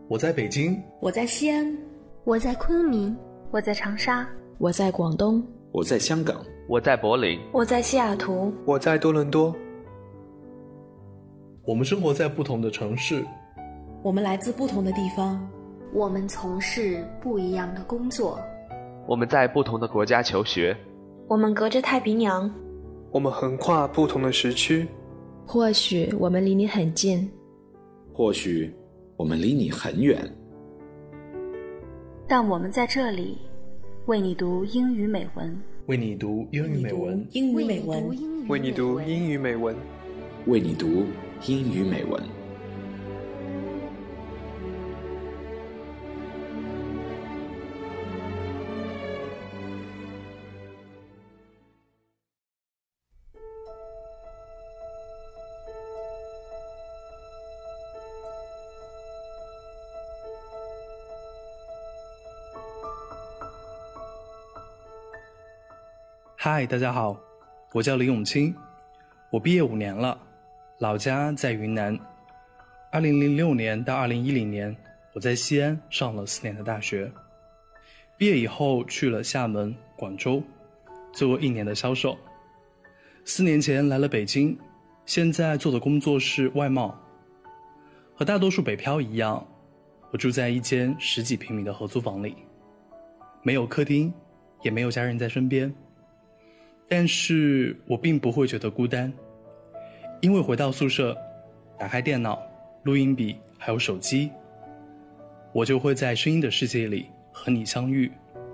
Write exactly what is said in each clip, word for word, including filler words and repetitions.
我在北京， 我在西安， 我在昆明， 我在长沙， 我在广东， 我在香港， 我在柏林， 我在西雅图， 我在多伦多。 我们生活在不同的城市， 我们来自不同的地方， 我们从事不一样的工作， 我们在不同的国家求学， 我们隔着太平洋， 我们横跨不同的时区。 或许我们离你很近， 或许我们离你很远， 但我们在这里为你读英语美文， 为你读英语美文， 英语美文， 为你读英语美文， 为你读英语美文。 嗨，大家好，我叫李永清，我毕业五年了，老家在云南。二零零六年到二零一零年，我在西安上了四年的大学。毕业以后去了厦门、广州，做过一年的销售。四年前来了北京，现在做的工作是外贸。和大多数北漂一样，我住在一间十几平米的合租房里，没有客厅，也没有家人在身边。但是我并不会觉得孤单，因为回到宿舍，打开电脑、录音笔还有手机，我就会在声音的世界里和你相遇。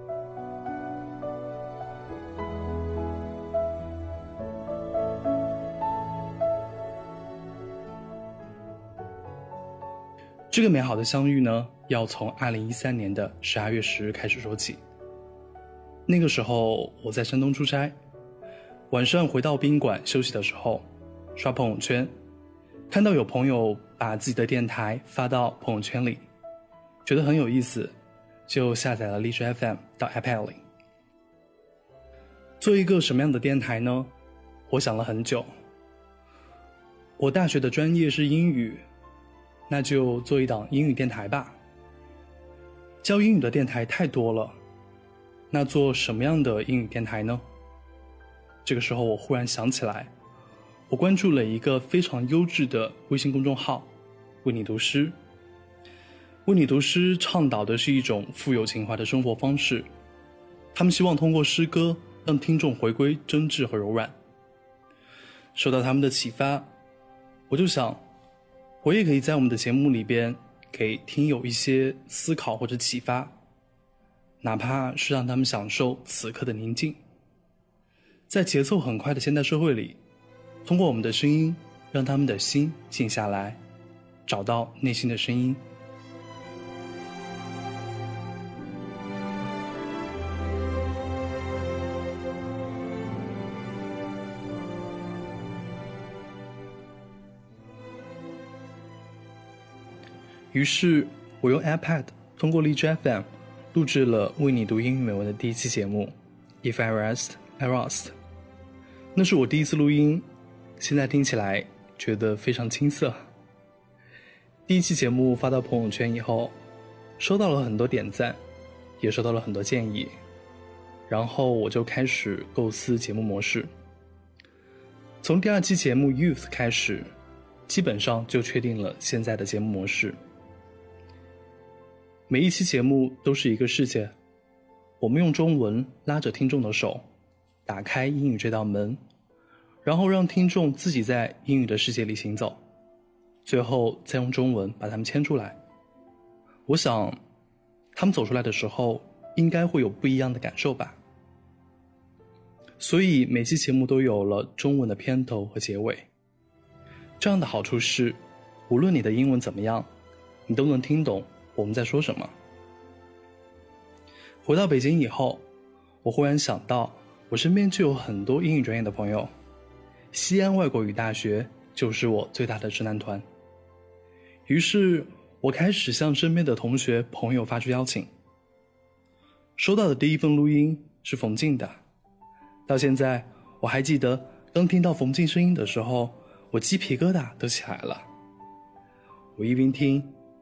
这个美好的相遇呢，要从二零一三年的十二月十日开始说起。那个时候我在山东出差，晚上回到宾馆休息的时候，刷朋友圈，看到有朋友把自己的电台发到朋友圈里，觉得很有意思，就下载了荔枝 F M 到 iPad 里。做一个什么样的电台呢？我想了很久。我大学的专业是英语，那就做一档英语电台吧。教英语的电台太多了，那做什么样的英语电台呢？这个时候我忽然想起来，我关注了一个非常优质的微信公众号为你读诗。为你读诗倡导的是一种富有情怀的生活方式，他们希望通过诗歌让听众回归真挚和柔软。受到他们的启发，我就想我也可以在我们的节目里边给听友一些思考或者启发，哪怕是让他们享受此刻的宁静。在节奏很快的现代社会里，通过我们的声音让他们的心静下来，找到内心的声音。于是我用 iPad 通过荔枝 F M 录制了为你读英语美文的第一期节目 If I Rest, I Rust。 那是我第一次录音，现在听起来觉得非常青涩。第一期节目发到朋友圈以后，收到了很多点赞，也收到了很多建议，然后我就开始构思节目模式。从第二期节目 Youth 开始，基本上就确定了现在的节目模式。每一期节目都是一个世界，我们用中文拉着听众的手，打开英语这道门，然后让听众自己在英语的世界里行走，最后再用中文把他们牵出来。我想他们走出来的时候应该会有不一样的感受吧。所以每期节目都有了中文的片头和结尾，这样的好处是无论你的英文怎么样，你都能听懂我们在说什么。回到北京以后，我忽然想到我身边就有很多英语专业的朋友，西安外国语大学就是我最大的直男团。于是我开始向身边的同学朋友发出邀请。收到的第一份录音是冯静的，到现在我还记得刚听到冯静声音的时候，我鸡皮疙瘩都起来了。我一边听一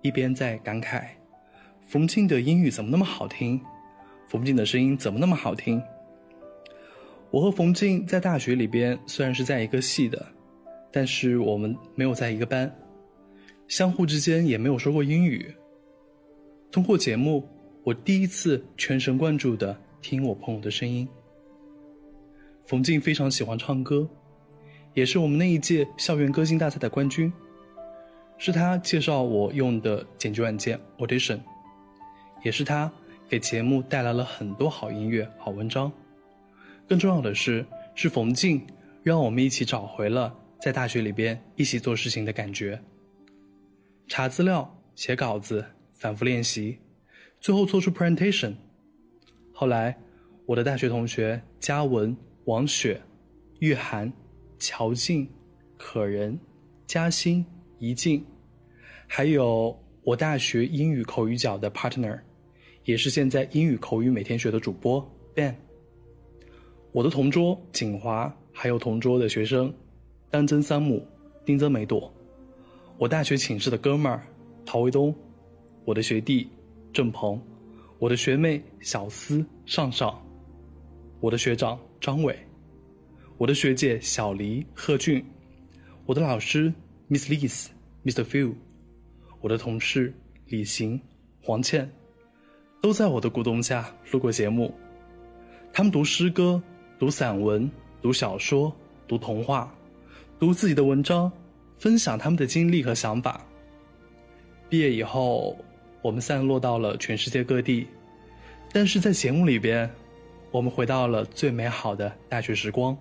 一边在感慨，冯静的英语怎么那么好听，冯静的声音怎么那么好听。我和冯静在大学里边虽然是在一个系的，但是我们没有在一个班，相互之间也没有说过英语。通过节目，我第一次全神贯注地听我朋友的声音。冯静非常喜欢唱歌，也是我们那一届校园歌星大赛的冠军，是他介绍我用的剪辑软件 Audition， 也是他给节目带来了很多好音乐、好文章。更重要的是，是冯静让我们一起找回了在大学里边一起做事情的感觉。查资料、写稿子、反复练习，最后做出 presentation。 后来我的大学同学嘉文、王雪、玉涵、乔静、可人、嘉欣、怡静，还有我大学英语口语角的 partner， 也是现在英语口语每天学的主播 Ben， 我的同桌景华，还有同桌的学生丹增三木、丁增梅朵，我大学寝室的哥们儿陶维东，我的学弟郑鹏，我的学妹小思、上上，我的学长张伟，我的学姐小黎、贺俊，我的老师 Miss Liz、Mister Phil， 我的同事李行、黄倩，都在我的鼓动下录过节目。他们读诗歌、读散文、读小说、读童话，读自己的文章，分享他们的经历和想法。毕业以后，我们散落到了全世界各地，但是在节目里边，我们回到了最美好的大学时光。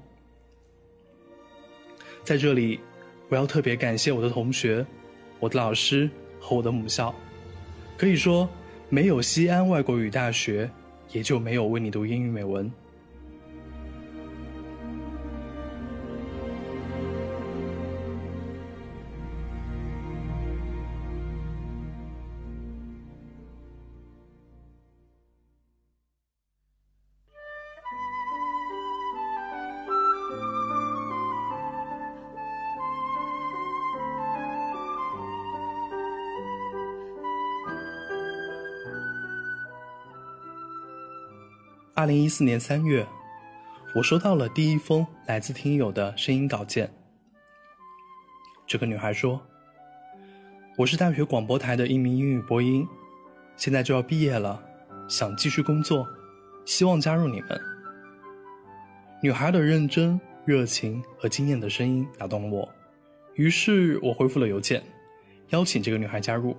在这里，我要特别感谢我的同学、我的老师和我的母校。可以说，没有西安外国语大学，也就没有为你读英语美文。二零一四年三月，我收到了第一封来自听友的声音稿件。这个女孩说，我是大学广播台的一名英语播音，现在就要毕业了，想继续工作，希望加入你们。女孩的认真、热情和惊艳的声音打动了我，于是我回复了邮件，邀请这个女孩加入。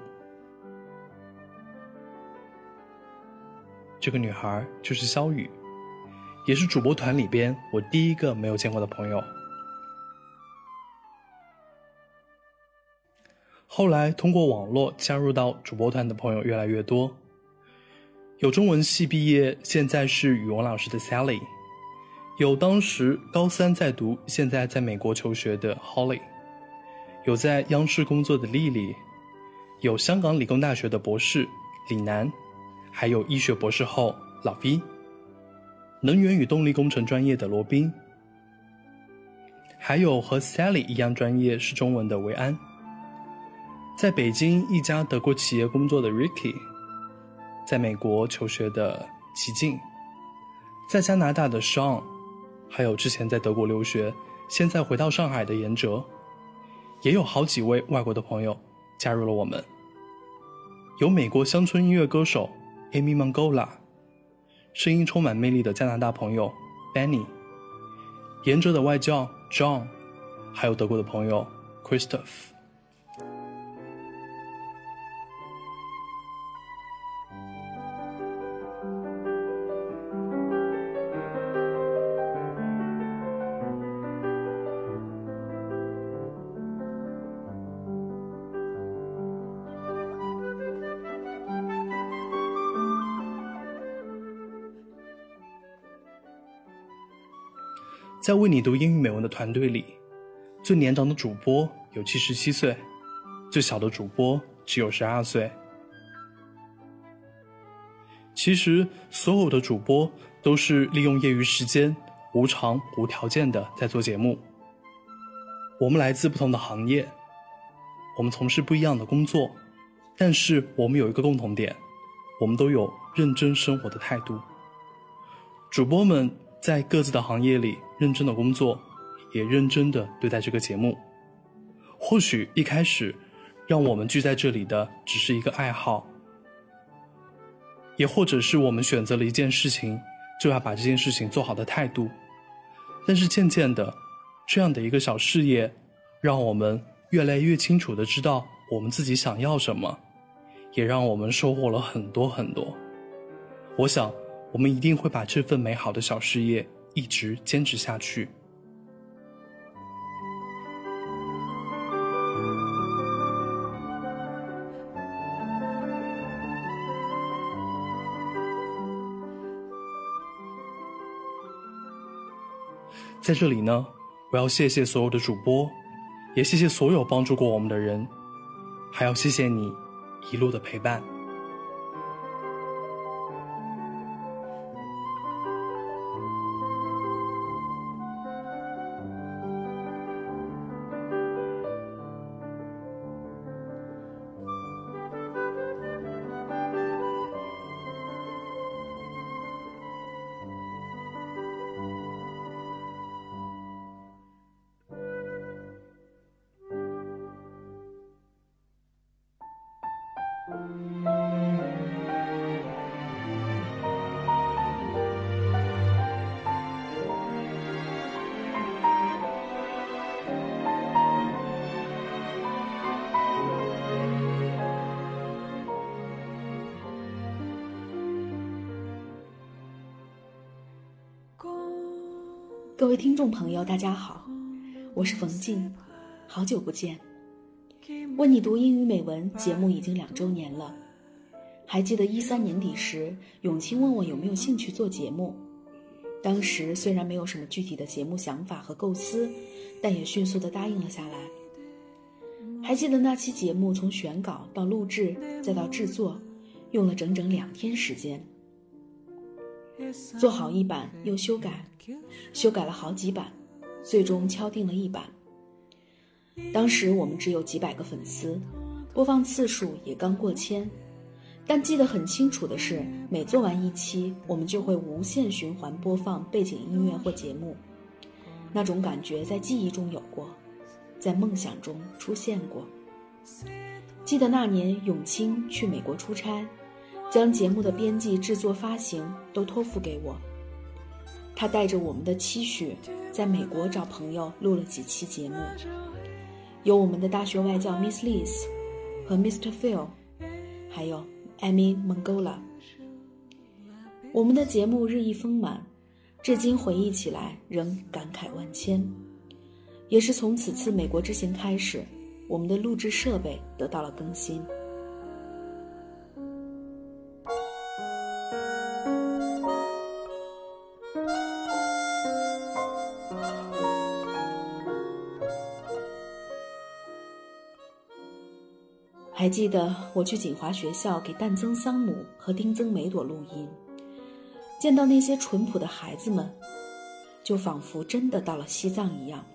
这个女孩就是肖雨，也是主播团里边我第一个没有见过的朋友。后来通过网络加入到主播团的朋友越来越多，有中文系毕业现在是语文老师的 Sally， 有当时高三在读现在在美国求学的 Holly， 有在央视工作的丽丽，有香港理工大学的博士李楠，还有医学博士后老 V， 能源与动力工程专业的罗宾，还有和 Sally 一样专业是中文的维安，在北京一家德国企业工作的 Ricky， 在美国求学的齐静，在加拿大的 Sean， 还有之前在德国留学现在回到上海的严哲，也有好几位外国的朋友加入了我们。有美国乡村音乐歌手 Amy Mangola， 声音充满魅力的加拿大朋友 Benny， 严哲的外教 John， 还有德国的朋友 Christoph。在为你读英语美文的团队里，最年长的主播有七十七岁，最小的主播只有十二岁。其实所有的主播都是利用业余时间，无偿无条件的在做节目。我们来自不同的行业，我们从事不一样的工作， 但是我们有一个共同点，我们都有认真生活的态度。主播们在各自的行业里认真的工作，也认真的对待这个节目。或许一开始让我们聚在这里的只是一个爱好，也或者是我们选择了一件事情就要把这件事情做好的态度，但是渐渐的，这样的一个小事业让我们越来越清楚地知道我们自己想要什么，也让我们收获了很多很多。我想我们一定会把这份美好的小事业一直坚持下去。在这里呢，我要谢谢所有的主播，也谢谢所有帮助过我们的人，还要谢谢你一路的陪伴。 各位听众朋友大家好，我是冯静，好久不见。为你读英语美文节目已经两周年了。还记得一三年底时，永清问我有没有兴趣做节目。当时虽然没有什么具体的节目想法和构思，但也迅速地答应了下来。还记得那期节目从选稿到录制再到制作，用了整整两天时间。做好一版又修改，修改了好几版，最终敲定了一版。当时我们只有几百个粉丝，播放次数也刚过千，但记得很清楚的是，每做完一期，我们就会无限循环播放背景音乐或节目。那种感觉在记忆中有过，在梦想中出现过。记得那年永清去美国出差，将节目的编辑、制作、发行都托付给我。他带着我们的期许，在美国找朋友录了几期节目，有我们的大学外教 Miss Liz 和 Mister Phil， 还有 Amy Mongola。 我们的节目日益丰满，至今回忆起来仍感慨万千。也是从此次美国之行开始，我们的录制设备得到了更新。还记得我去锦华学校给旦增桑姆和丁增梅朵录音，见到那些淳朴的孩子们，就仿佛真的到了西藏一样。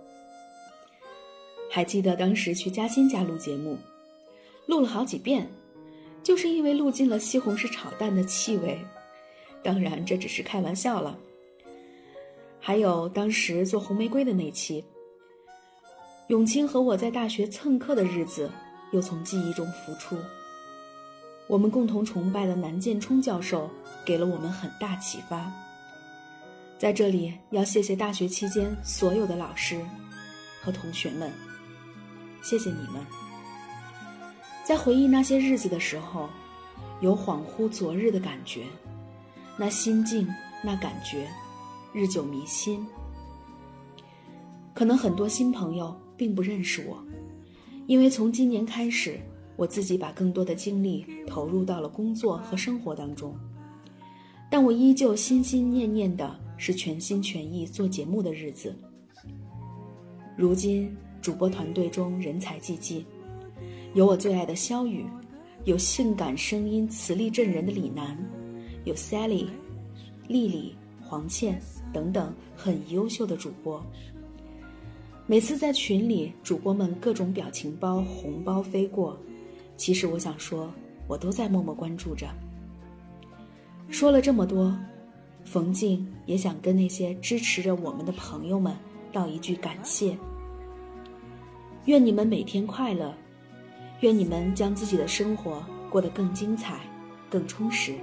还记得当时去嘉欣家录节目，录了好几遍，就是因为录进了西红柿炒蛋的气味，当然这只是开玩笑了。还有当时做红玫瑰的那期，永清和我在大学蹭课的日子又从记忆中浮出。我们共同崇拜的南建冲教授给了我们很大启发。在这里要谢谢大学期间所有的老师和同学们，谢谢你们。在回忆那些日子的时候，有恍惚昨日的感觉，那心境，那感觉，日久弥新。可能很多新朋友并不认识我，因为从今年开始，我自己把更多的精力投入到了工作和生活当中，但我依旧心心念念的是全心全意做节目的日子。如今主播团队中人才济济，有我最爱的肖宇，有性感声音磁力震人的李楠，有 Sally、丽丽、黄倩等等很优秀的主播。每次在群里，主播们各种表情包、红包飞过， 其实我想说，我都在默默关注着。说了这么多，冯静也想跟那些支持着我们的朋友们道一句感谢。愿你们每天快乐，愿你们将自己的生活过得更精彩、更充实。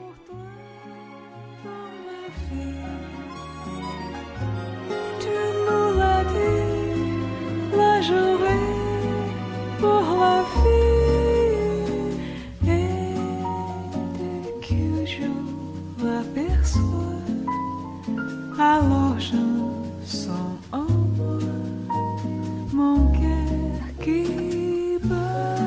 Alors je sens en moi mon cœur qui bat.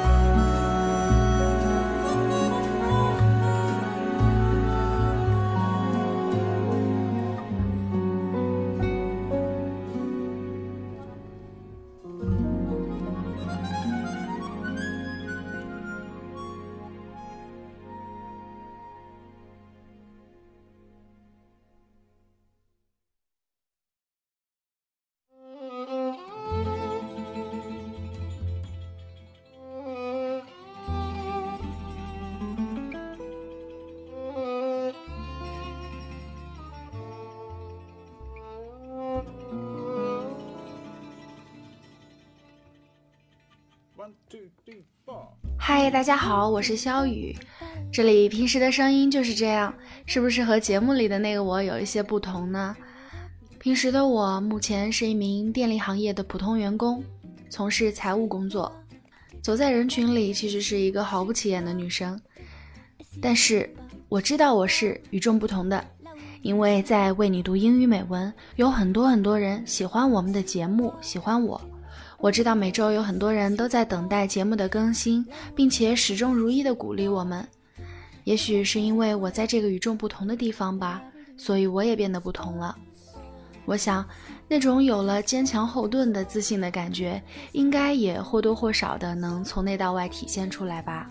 One, two, three, four. 嗨，大家好，我是肖雨。这里平时的声音就是这样，是不是和节目里的那个我有一些不同呢？平时的我目前是一名电力行业的普通员工，从事财务工作。走在人群里，其实是一个毫不起眼的女生。但是我知道我是与众不同的，因为在为你读英语美文，有很多很多人喜欢我们的节目，喜欢我。我知道每周有很多人都在等待节目的更新，并且始终如一地鼓励我们。也许是因为我在这个与众不同的地方吧，所以我也变得不同了。我想，那种有了坚强后盾的自信的感觉，应该也或多或少的能从内到外体现出来吧。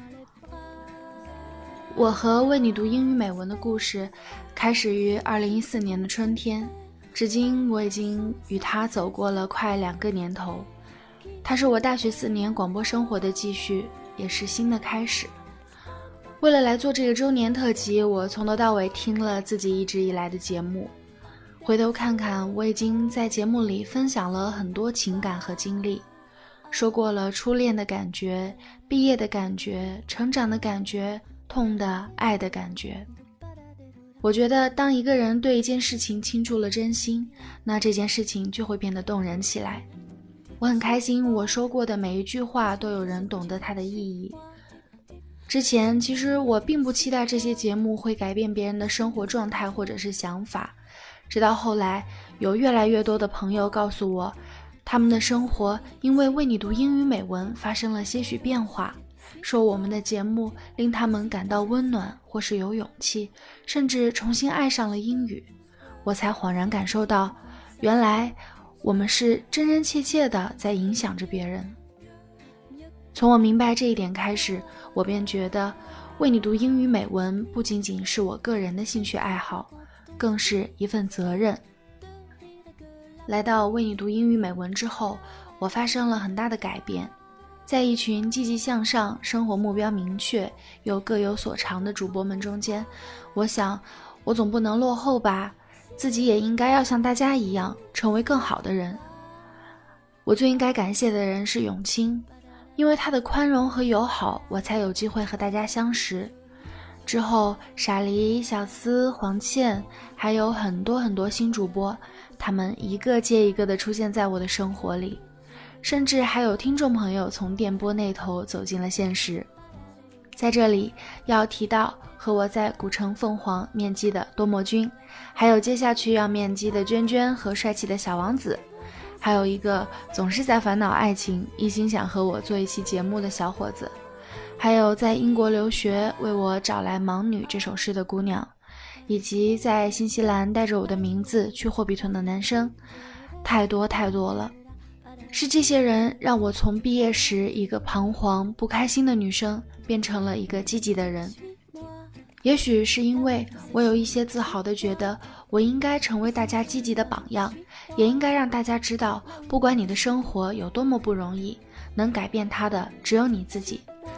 我和为你读英语美文的故事，开始于二零一四年的春天，至今我已经与他走过了快两个年头。它是我大学四年广播生活的继续，也是新的开始。为了来做这个周年特辑，我从头到尾听了自己一直以来的节目，回头看看，我已经在节目里分享了很多情感和经历，说过了初恋的感觉、毕业的感觉、成长的感觉、痛的、爱的感觉。我觉得当一个人对一件事情倾注了真心，那这件事情就会变得动人起来。我很开心，我说过的每一句话都有人懂得它的意义。之前其实我并不期待这些节目会改变别人的生活状态或者是想法，直到后来有越来越多的朋友告诉我，他们的生活因为为你读英语美文发生了些许变化，说我们的节目令他们感到温暖或是有勇气，甚至重新爱上了英语，我才恍然感受到，原来我们是真真切切地在影响着别人。从我明白这一点开始，我便觉得为你读英语美文不仅仅是我个人的兴趣爱好，更是一份责任。来到为你读英语美文之后，我发生了很大的改变。在一群积极向上、生活目标明确又各有所长的主播们中间，我想我总不能落后吧，自己也应该要像大家一样成为更好的人。我最应该感谢的人是永清，因为他的宽容和友好，我才有机会和大家相识。之后傻梨、小思、黄倩还有很多很多新主播，他们一个接一个地出现在我的生活里，甚至还有听众朋友从电波那头走进了现实。在这里要提到和我在古城凤凰面基的多默君，还有接下去要面基的娟娟和帅气的小王子，还有一个总是在烦恼爱情，一心想和我做一期节目的小伙子，还有在英国留学为我找来《盲女》这首诗的姑娘，以及在新西兰带着我的名字去霍比屯的男生，太多太多了。是这些人让我从毕业时一个彷徨不开心的女生变成了一个积极的人。也许是因为我有一些自豪地觉得我应该成为大家积极的榜样，也应该让大家知道，不管你的生活有多么不容易，能改变它的只有你自己，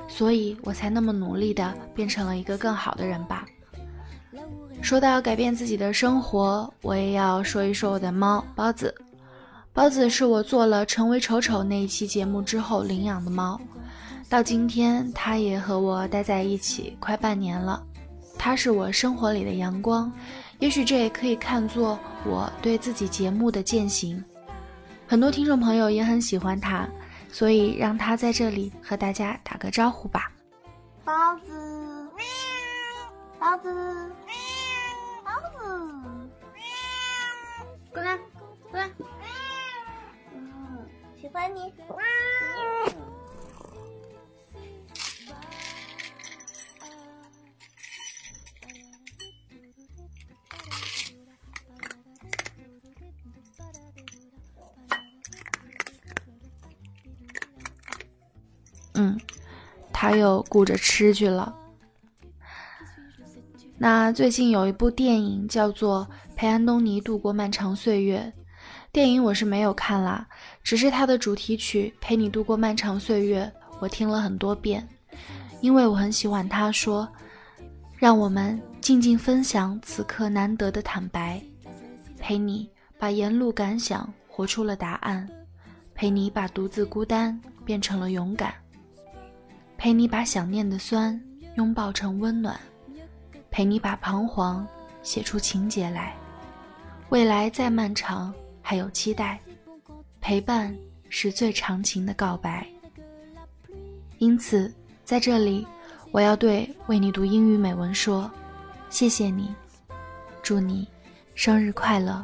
所以我才那么努力地变成了一个更好的人吧。说到改变自己的生活，我也要说一说我的猫包子。包子是我做了成为丑丑那一期节目之后领养的猫，到今天它也和我待在一起快半年了。它是我生活里的阳光，也许这也可以看作我对自己节目的践行。很多听众朋友也很喜欢它，所以让它在这里和大家打个招呼吧。 包子，包子，包子，过来，过来，嗯，喜欢你。 嗯，他又顾着吃去了。那最近有一部电影叫做《陪安东尼度过漫长岁月》，电影我是没有看啦，只是它的主题曲《陪你度过漫长岁月》我听了很多遍，因为我很喜欢他说，让我们静静分享此刻难得的坦白，陪你把沿路感想活出了答案，陪你把独自孤单变成了勇敢，陪你把想念的酸拥抱成温暖，陪你把彷徨写出情节来。未来再漫长，还有期待，陪伴是最长情的告白。因此，在这里，我要对为你读英语美文说，谢谢你，祝你生日快乐。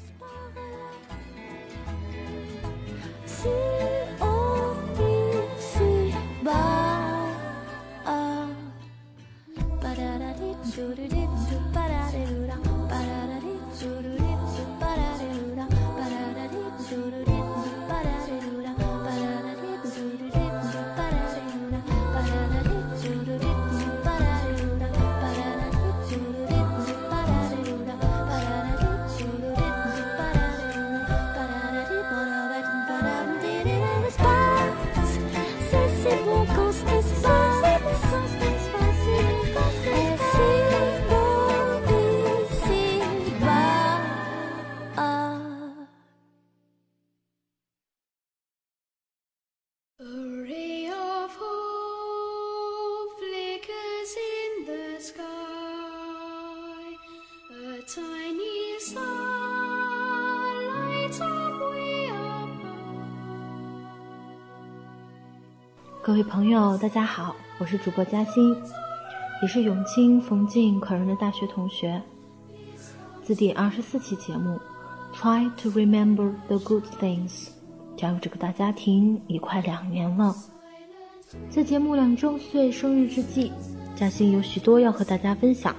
各位朋友大家好，我是主播嘉欣，也是永清冯静可人的大学同学。自第二十四期节目 Try to remember the good things 加入这个大家庭已快两年了。在节目两周岁生日之际，嘉欣有许多要和大家分享。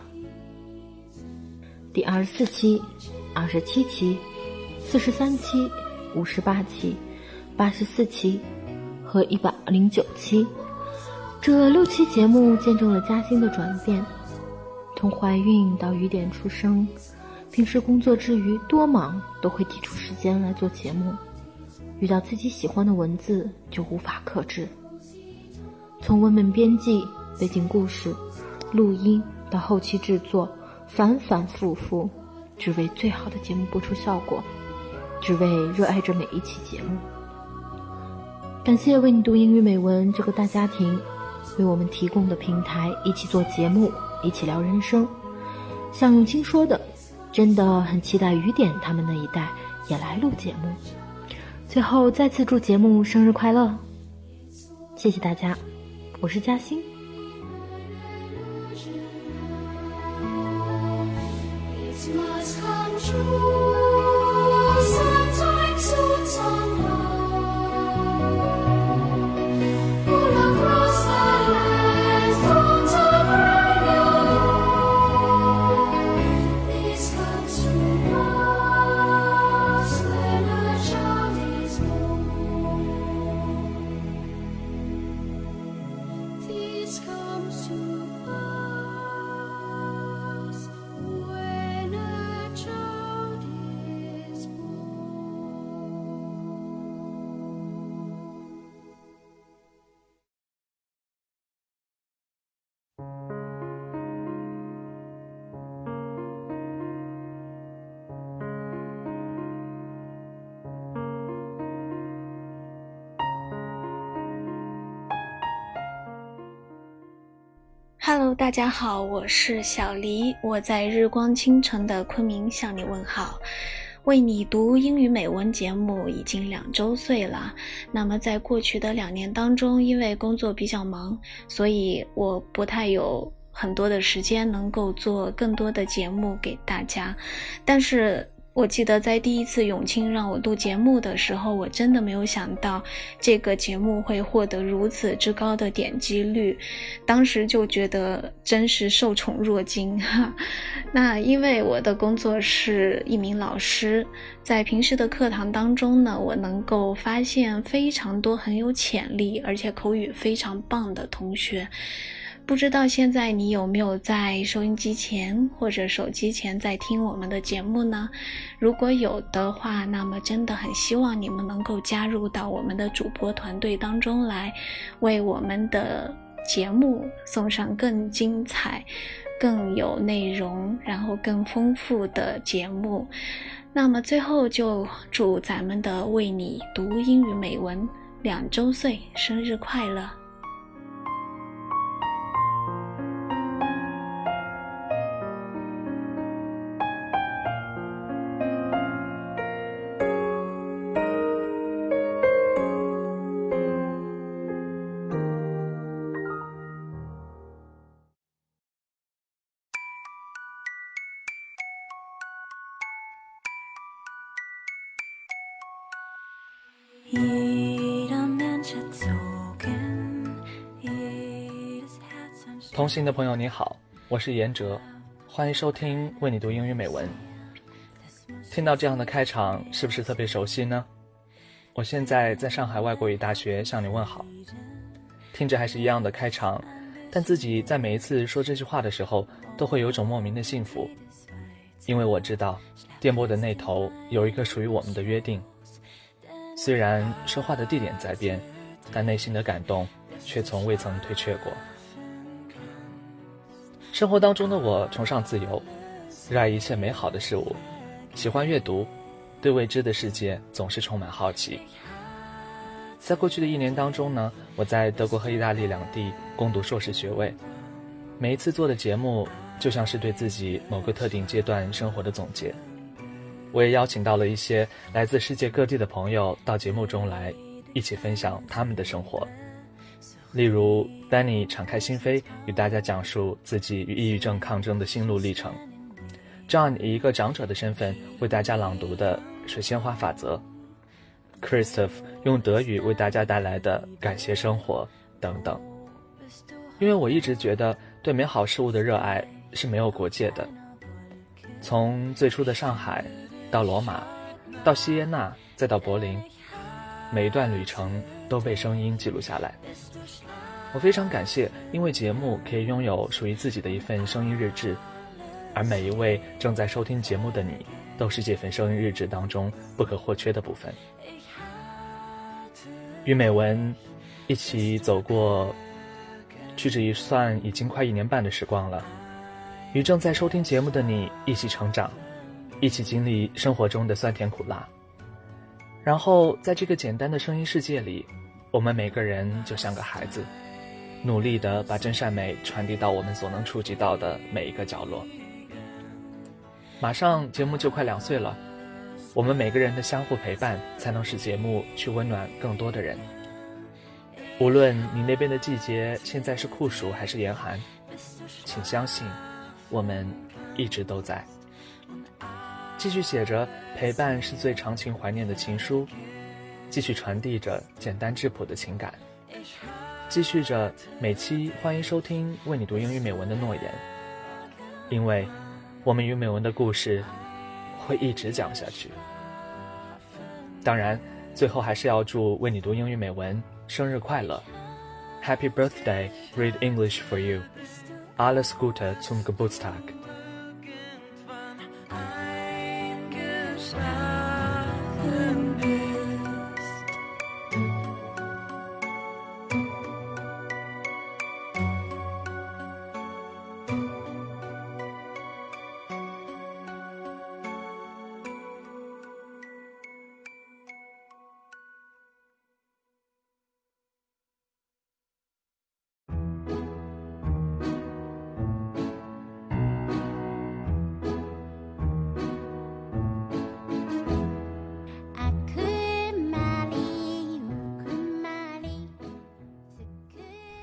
第二十四期、二十七期、四十三期、五十八期、八十四期和一百零九期，这六期节目见证了嘉欣的转变，从怀孕到雨点出生，平时工作之余多忙都会挤出时间来做节目，遇到自己喜欢的文字就无法克制。从文本编辑、背景故事、录音到后期制作，反反复复，只为最好的节目播出效果，只为热爱着每一期节目。感谢为你读英语美文这个大家庭为我们提供的平台，一起做节目，一起聊人生。像永清说的，真的很期待雨点他们那一代也来录节目。最后再次祝节目生日快乐，谢谢大家，我是嘉欣。 When a child is born Hello， 大家好，我是小黎，我在日光倾城的昆明向你问好。为你读英语美文节目已经两周岁了，那么在过去的两年当中，因为工作比较忙，所以我不太有很多的时间能够做更多的节目给大家，但是我记得在第一次永清让我录节目的时候，我真的没有想到这个节目会获得如此之高的点击率，当时就觉得真是受宠若惊哈。那因为我的工作是一名老师，在平时的课堂当中呢，我能够发现非常多很有潜力而且口语非常棒的同学。不知道现在你有没有在收音机前或者手机前在听我们的节目呢？如果有的话，那么真的很希望你们能够加入到我们的主播团队当中来，为我们的节目送上更精彩、更有内容，然后更丰富的节目。那么最后就祝咱们的为你读英语美文两周岁生日快乐。 同行的朋友你好，我是严哲，欢迎收听为你读英语美文。听到这样的开场，是不是特别熟悉呢？我现在在上海外国语大学向你问好。听着还是一样的开场，但自己在每一次说这句话的时候，都会有种莫名的幸福，因为我知道电波的那头有一个属于我们的约定。虽然说话的地点在变，但内心的感动却从未曾退却过。生活当中的我崇尚自由，热爱一切美好的事物，喜欢阅读，对未知的世界总是充满好奇。在过去的一年当中呢，我在德国和意大利两地攻读硕士学位，每一次做的节目就像是对自己某个特定阶段生活的总结。我也邀请到了一些来自世界各地的朋友到节目中来，一起分享他们的生活。例如 Danny 敞开心扉与大家讲述自己与抑郁症抗争的心路历程， John 以一个长者的身份为大家朗读的水仙花法则， Christoph 用德语为大家带来的感谢生活等等。因为我一直觉得对美好事物的热爱是没有国界的，从最初的上海到罗马，到锡耶纳，再到柏林，每一段旅程都被声音记录下来。我非常感谢，因为节目可以拥有属于自己的一份声音日志，而每一位正在收听节目的你，都是这份声音日志当中不可或缺的部分。与美文一起走过屈指一算已经快一年半的时光了，与正在收听节目的你一起成长，一起经历生活中的酸甜苦辣，然后在这个简单的声音世界里，我们每个人就像个孩子，努力地把真善美传递到我们所能触及到的每一个角落。马上节目就快两岁了，我们每个人的相互陪伴才能使节目去温暖更多的人。无论你那边的季节现在是酷暑还是严寒，请相信我们一直都在。继续写着陪伴是最长情怀念的情书，继续传递着简单质朴的情感，继续着每期欢迎收听为你读英语美文的诺言，因为我们与美文的故事会一直讲下去。当然最后还是要祝为你读英语美文生日快乐， Happy birthday, read English for you. Alles Gute zum Geburtstag.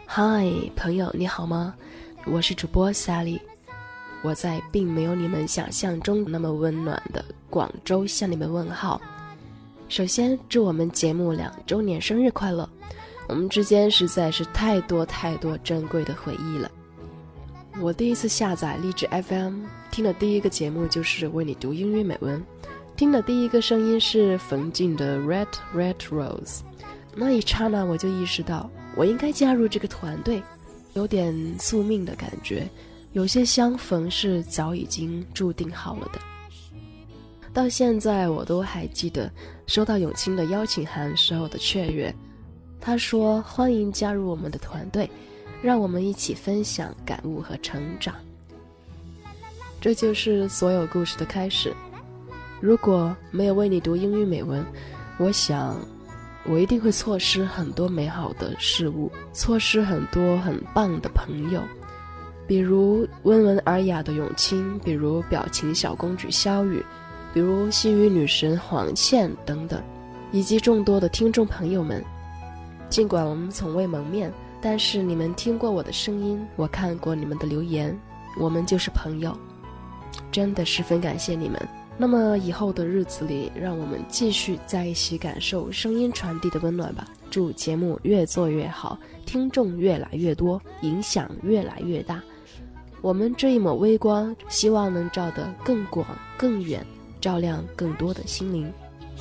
嗨，朋友你好吗？我是主播 Sally， 我在并没有你们想象中那么温暖的广州向你们问好。首先祝我们节目两周年生日快乐，我们之间实在是太多太多珍贵的回忆了。我第一次下载荔枝 F M， 听的第一个节目就是为你读英语美文，听的第一个声音是冯静的 Red Red Rose， 那一刹那我就意识到我应该加入这个团队，有点宿命的感觉，有些相逢是早已经注定好了的。到现在我都还记得收到永清的邀请函时候的雀跃，他说欢迎加入我们的团队，让我们一起分享感悟和成长。这就是所有故事的开始。如果没有为你读英语美文，我想我一定会错失很多美好的事物，错失很多很棒的朋友，比如温文尔雅的永清，比如表情小公举萧雨，比如西语女神黄倩等等，以及众多的听众朋友们。尽管我们从未谋面，但是你们听过我的声音，我看过你们的留言，我们就是朋友，真的十分感谢你们。那么以后的日子里，让我们继续在一起感受声音传递的温暖吧。祝节目越做越好，听众越来越多，影响越来越大。我们这一抹微光，希望能照得更广更远，照亮更多的心灵。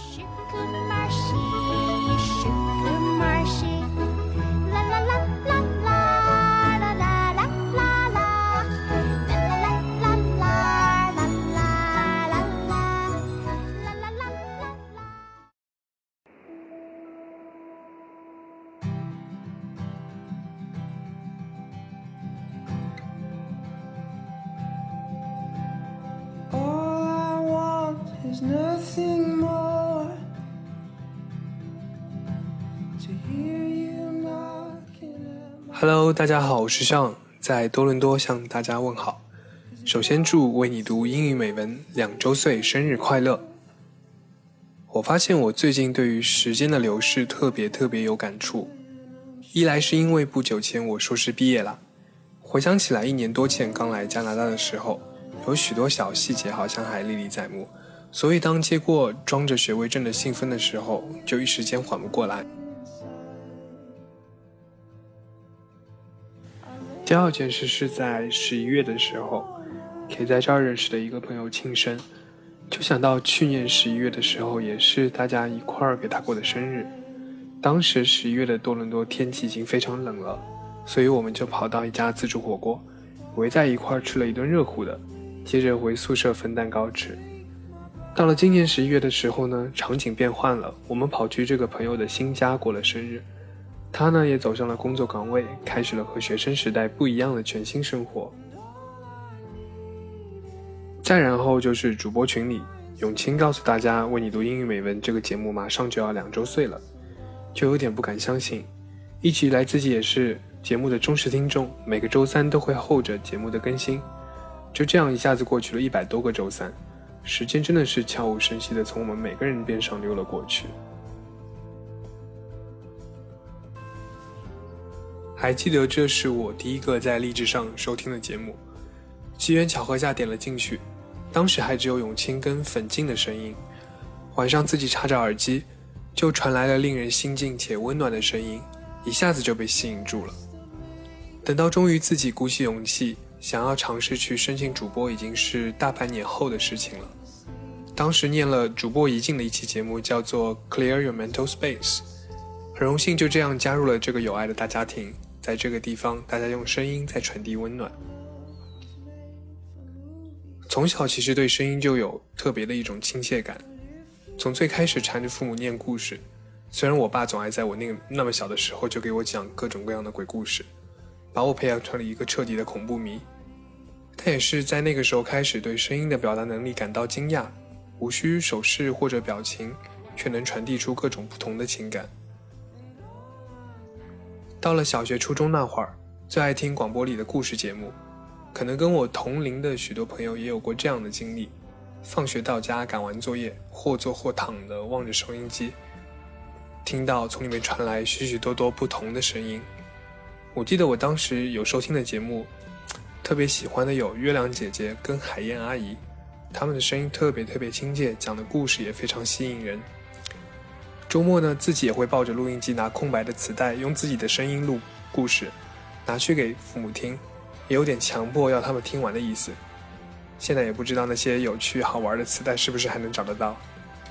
Nothing more to hear you knocking at my... Hello， 大家好，我是尚，在多伦多向大家问好。首先祝为你读英语美文两周岁生日快乐。我发现我最近对于时间的流逝特别特别有感触，一来是因为不久前我硕士毕业了，回想起来一年多前刚来加拿大的时候，有许多小细节好像还历历在目，所以当接过装着学位证的信封的时候，就一时间缓不过来。第二件事是在十一月的时候，给在这儿认识的一个朋友庆生，就想到去年十一月的时候，也是大家一块儿给他过的生日。当时十一月的多伦多天气已经非常冷了，所以我们就跑到一家自助火锅，围在一块儿吃了一顿热乎的，接着回宿舍分蛋糕吃。到了今年十一月的时候呢，场景变换了，我们跑去这个朋友的新家过了生日。他呢也走上了工作岗位，开始了和学生时代不一样的全新生活。再然后就是主播群里，永清告诉大家为你读英语美文这个节目马上就要两周岁了，就有点不敢相信。一直以来自己也是节目的忠实听众，每个周三都会候着节目的更新。就这样一下子过去了一百多个周三，时间真的是悄无声息地从我们每个人边上溜了过去。还记得这是我第一个在荔枝上收听的节目，机缘巧合下点了进去，当时还只有永清跟粉静的声音。晚上自己插着耳机，就传来了令人心静且温暖的声音，一下子就被吸引住了。等到终于自己鼓起勇气想要尝试去申请主播，已经是大半年后的事情了。当时念了主播怡静的一期节目，叫做 Clear Your Mental Space， 很荣幸就这样加入了这个有爱的大家庭，在这个地方大家用声音在传递温暖。从小其实对声音就有特别的一种亲切感，从最开始缠着父母念故事，虽然我爸总爱在我那个那么小的时候就给我讲各种各样的鬼故事，把我培养成了一个彻底的恐怖迷，但也是在那个时候开始对声音的表达能力感到惊讶，无需手势或者表情，却能传递出各种不同的情感。到了小学初中那会儿，最爱听广播里的故事节目，可能跟我同龄的许多朋友也有过这样的经历，放学到家赶完作业，或坐或躺的望着收音机，听到从里面传来许许多多不同的声音， 我记得我当时有收听的节目，特别喜欢的有月亮姐姐跟海燕阿姨，他们的声音特别特别亲切，讲的故事也非常吸引人。周末呢，自己也会抱着录音机，拿空白的磁带，用自己的声音录故事，拿去给父母听，也有点强迫要他们听完的意思。现在也不知道那些有趣好玩的磁带是不是还能找得到。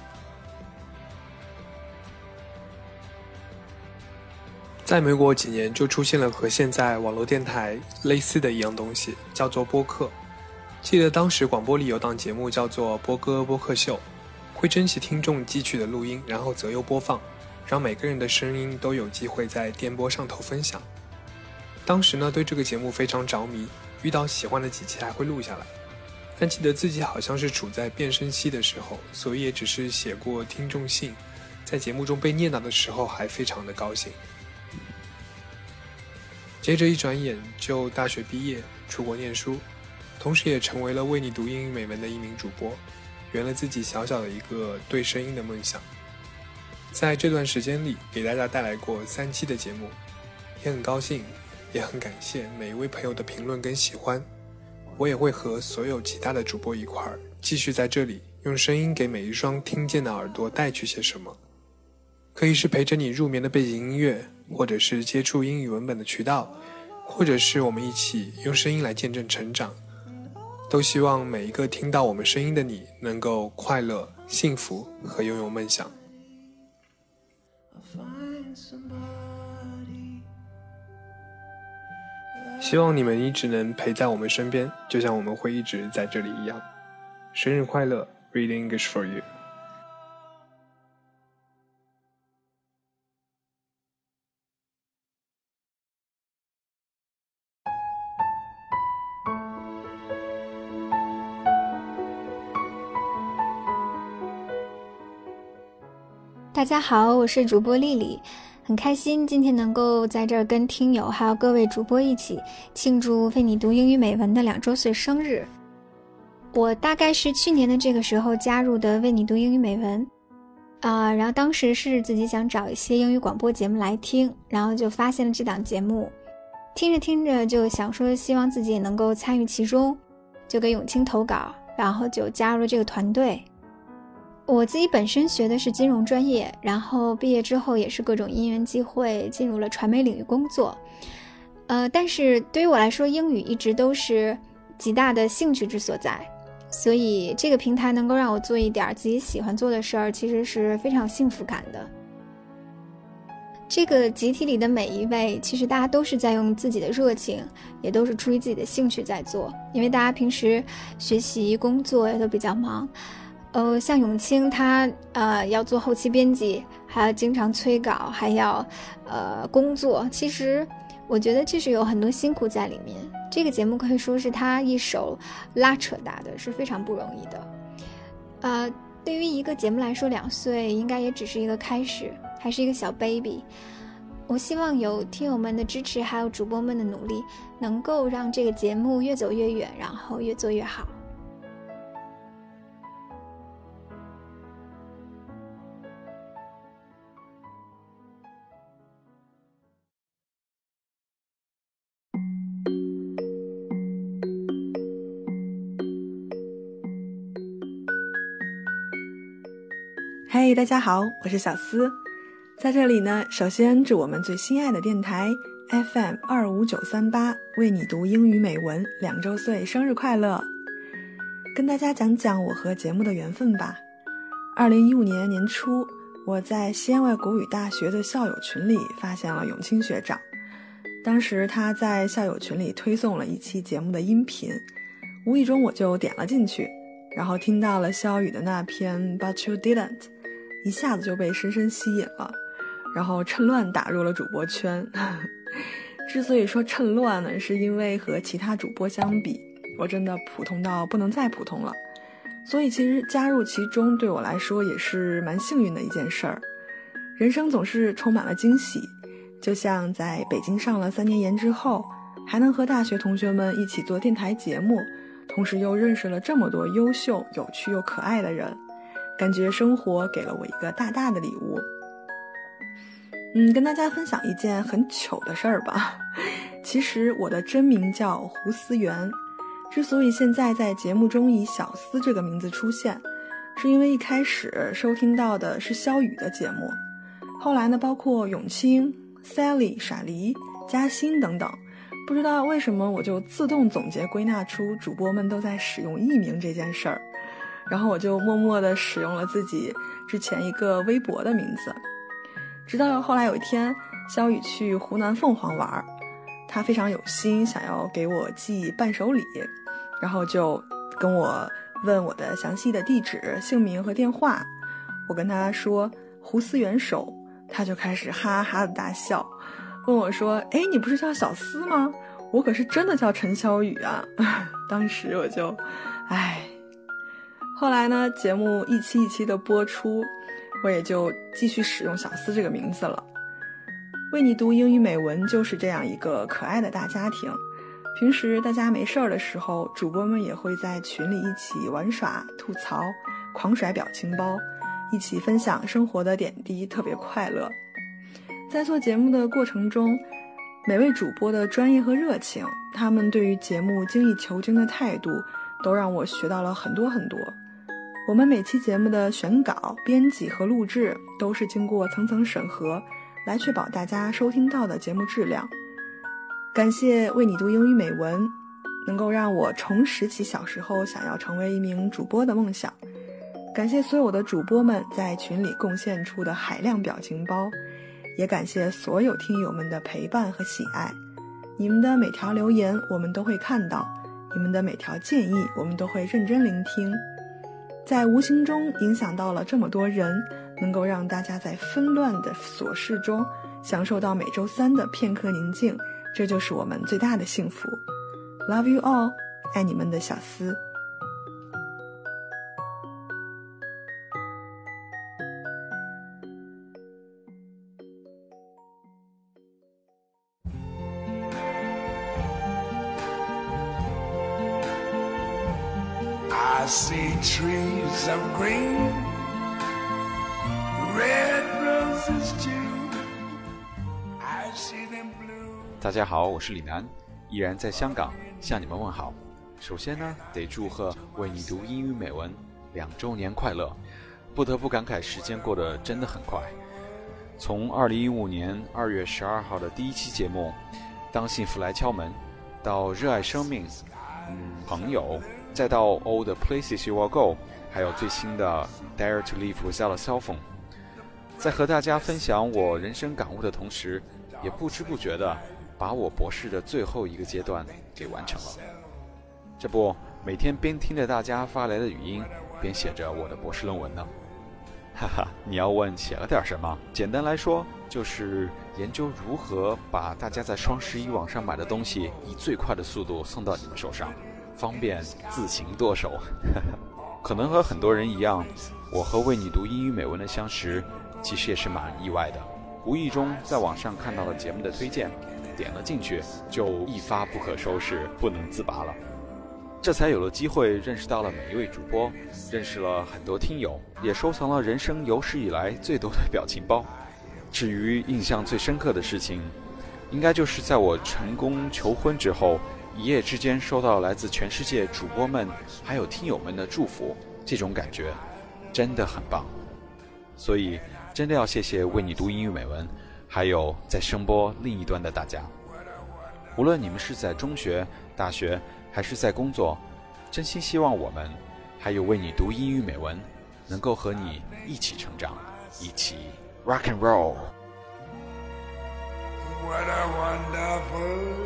在没过几年，就出现了和现在网络电台类似的一样东西，叫做播客。记得当时广播里有档节目叫做播歌播客秀，会珍惜听众寄去的录音，然后择优播放，让每个人的声音都有机会在电波上头分享。当时呢，对这个节目非常着迷，遇到喜欢的几期还会录下来。但记得自己好像是处在变声期的时候，所以也只是写过听众信，在节目中被念叨的时候还非常的高兴。接着一转眼就大学毕业，出国念书，同时也成为了为你读英语美文的一名主播，圆了自己小小的一个对声音的梦想。在这段时间里，给大家带来过三期的节目，也很高兴，也很感谢每一位朋友的评论跟喜欢。我也会和所有其他的主播一块儿，继续在这里用声音给每一双听见的耳朵带去些什么。可以是陪着你入眠的背景音乐，或者是接触英语文本的渠道，或者是我们一起用声音来见证成长。都希望每一个听到我们声音的你能够快乐、幸福和拥有梦想。希望你们一直能陪在我们身边，就像我们会一直在这里一样。生日快乐 Read English for you。 大家好，我是主播丽丽，很开心今天能够在这儿跟听友还有各位主播一起庆祝为你读英语美文的两周岁生日。我大概是去年的这个时候加入的为你读英语美文啊、呃，然后当时是自己想找一些英语广播节目来听，然后就发现了这档节目，听着听着就想说希望自己也能够参与其中，就给永清投稿，然后就加入了这个团队。我自己本身学的是金融专业，然后毕业之后也是各种因缘机会进入了传媒领域工作。呃，但是对于我来说，英语一直都是极大的兴趣之所在，所以这个平台能够让我做一点自己喜欢做的事儿，其实是非常有幸福感的。这个集体里的每一位，其实大家都是在用自己的热情，也都是出于自己的兴趣在做，因为大家平时学习工作也都比较忙。呃，像永清他呃要做后期编辑，还要经常催稿，还要呃工作。其实我觉得这是有很多辛苦在里面。这个节目可以说是他一手拉扯大的，是非常不容易的。呃，对于一个节目来说，两岁应该也只是一个开始，还是一个小 baby。我希望有听友们的支持，还有主播们的努力，能够让这个节目越走越远，然后越做越好。 嘿、hey, 大家好，我是小思。在这里呢，首先祝我们最心爱的电台 F M 二五九三八为你读英语美文两周岁生日快乐。跟大家讲讲我和节目的缘分吧。二零一五年年初，我在西安外国语大学的校友群里发现了永清学长。当时他在校友群里推送了一期节目的音频，无意中我就点了进去，然后听到了肖宇的那篇 But You Didn't， 一下子就被深深吸引了，然后趁乱打入了主播圈。之所以说趁乱呢，是因为和其他主播相比，我真的普通到不能再普通了，所以其实加入其中对我来说也是蛮幸运的一件事儿。人生总是充满了惊喜，就像在北京上了三年研之后，还能和大学同学们一起做电台节目，同时又认识了这么多优秀、有趣又可爱的人，感觉生活给了我一个大大的礼物。 嗯，跟大家分享一件很糗的事儿吧。其实我的真名叫胡思源，之所以现在在节目中以小思这个名字出现，是因为一开始收听到的是肖宇的节目，后来呢，包括永清、Sally、傻梨、嘉欣等等，不知道为什么我就自动总结归纳出主播们都在使用艺名这件事儿，然后我就默默地使用了自己之前一个微博的名字。直到后来有一天，肖宇去湖南凤凰玩，他非常有心想要给我寄伴手礼，然后就跟我问我的详细的地址、姓名和电话。我跟他说胡思元首，他就开始哈哈的大笑，问我说：“哎，你不是叫小思吗？我可是真的叫陈小雨啊！”当时我就，唉。后来呢，节目一期一期的播出，我也就继续使用小思这个名字了。为你读英语美文就是这样一个可爱的大家庭。平时大家没事儿的时候，主播们也会在群里一起玩耍、吐槽、狂甩表情包，一起分享生活的点滴，特别快乐。在做节目的过程中，每位主播的专业和热情，他们对于节目精益求精的态度，都让我学到了很多很多。我们每期节目的选稿、编辑和录制都是经过层层审核，来确保大家收听到的节目质量。感谢为你读英语美文，能够让我重拾起小时候想要成为一名主播的梦想。感谢所有的主播们在群里贡献出的海量表情包，也感谢所有听友们的陪伴和喜爱。你们的每条留言我们都会看到，你们的每条建议我们都会认真聆听，在无形中影响到了这么多人，能够让大家在纷乱的琐事中享受到每周三的片刻宁静，这就是我们最大的幸福。 Love you all， 爱你们的小思。 I see trees of green, red roses too. I see them blue. 大家好，我是李楠，依然在香港向你们问好。首先呢，得祝贺为你读英语美文两周年快乐。不得不感慨，时间过得真的很快。从二零一五年二月十二号的第一期节目《当幸福来敲门》，到热爱生命，嗯，朋友。再到 All the Places You Will Go， 还有最新的 Dare to Live Without a Cell Phone。 在和大家分享我人生感悟的同时，也不知不觉地把我博士的最后一个阶段给完成了。这不，每天边听着大家发来的语音，边写着我的博士论文呢。哈哈，你要问写了点什么？简单来说，就是研究如何把大家在双十一网上买的东西以最快的速度送到你们手上，方便自行剁手。可能和很多人一样，我和为你读英语美文的相识其实也是蛮意外的。无意中在网上看到了节目的推荐，点了进去，就一发不可收拾，不能自拔了。这才有了机会认识到了每一位主播，认识了很多听友，也收藏了人生有史以来最多的表情包。至于印象最深刻的事情，应该就是在我成功求婚之后，一夜之间收到来自全世界主播们还有听友们的祝福，这种感觉真的很棒。所以真的要谢谢为你读英语美文，还有在声波另一端的大家。无论你们是在中学、大学还是在工作，真心希望我们还有为你读英语美文能够和你一起成长，一起 rock and roll。 What a wonderful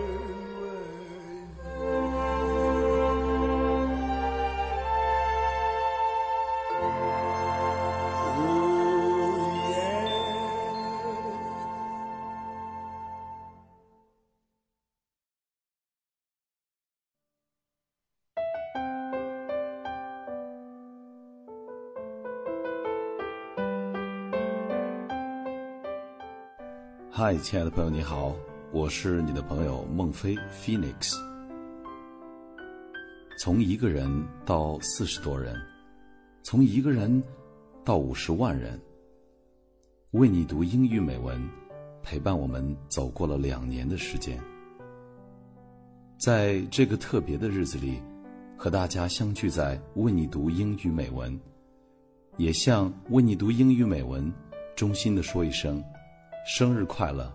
嗨，亲爱的朋友，你好，我是你的朋友孟非 Phoenix。 从一个人到四十多人，从一个人到五十万人，为你读英语美文陪伴我们走过了两年的时间。在这个特别的日子里，和大家相聚在为你读英语美文，也向为你读英语美文衷心地说一声生日快乐。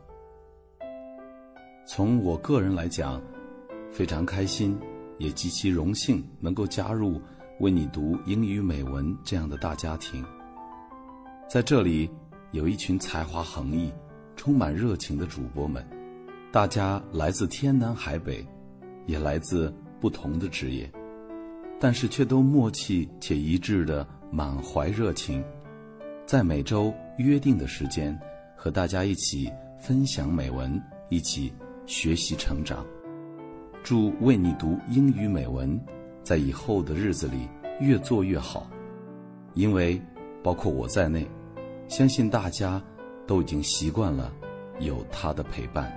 从我个人来讲，非常开心，也极其荣幸能够加入为你读英语美文这样的大家庭。在这里有一群才华横溢、充满热情的主播们，大家来自天南海北，也来自不同的职业，但是却都默契且一致地满怀热情，在每周约定的时间和大家一起分享美文，一起学习成长。祝为你读英语美文在以后的日子里越做越好，因为包括我在内，相信大家都已经习惯了有他的陪伴。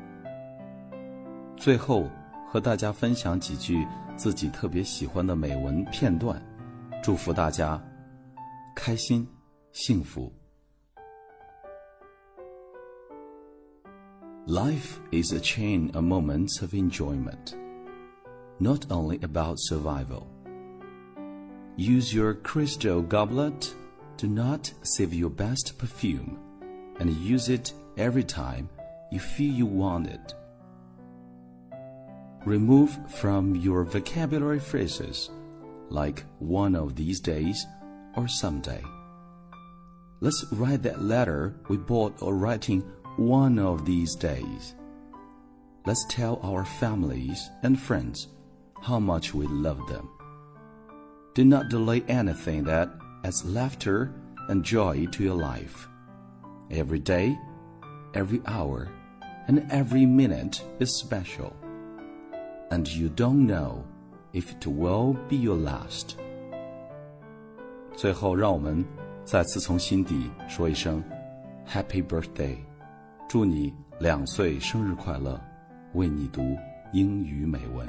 最后和大家分享几句自己特别喜欢的美文片段，祝福大家开心幸福。 Life is a chain of moments of enjoyment, not only about survival. Use your crystal goblet, do not save your best perfume, and use it every time you feel you want it. Remove from your vocabulary phrases like one of these days or someday. Let's write that letter we bought or writing one of these days. Let's tell our families and friends how much we love them. Do not delay anything that adds laughter and joy to your life. Every day, every hour, and every minute is special. And you don't know if it will be your last. 最后，让我们再次从心底说一声 Happy Birthday， 祝你两岁生日快乐，为你读英语美文。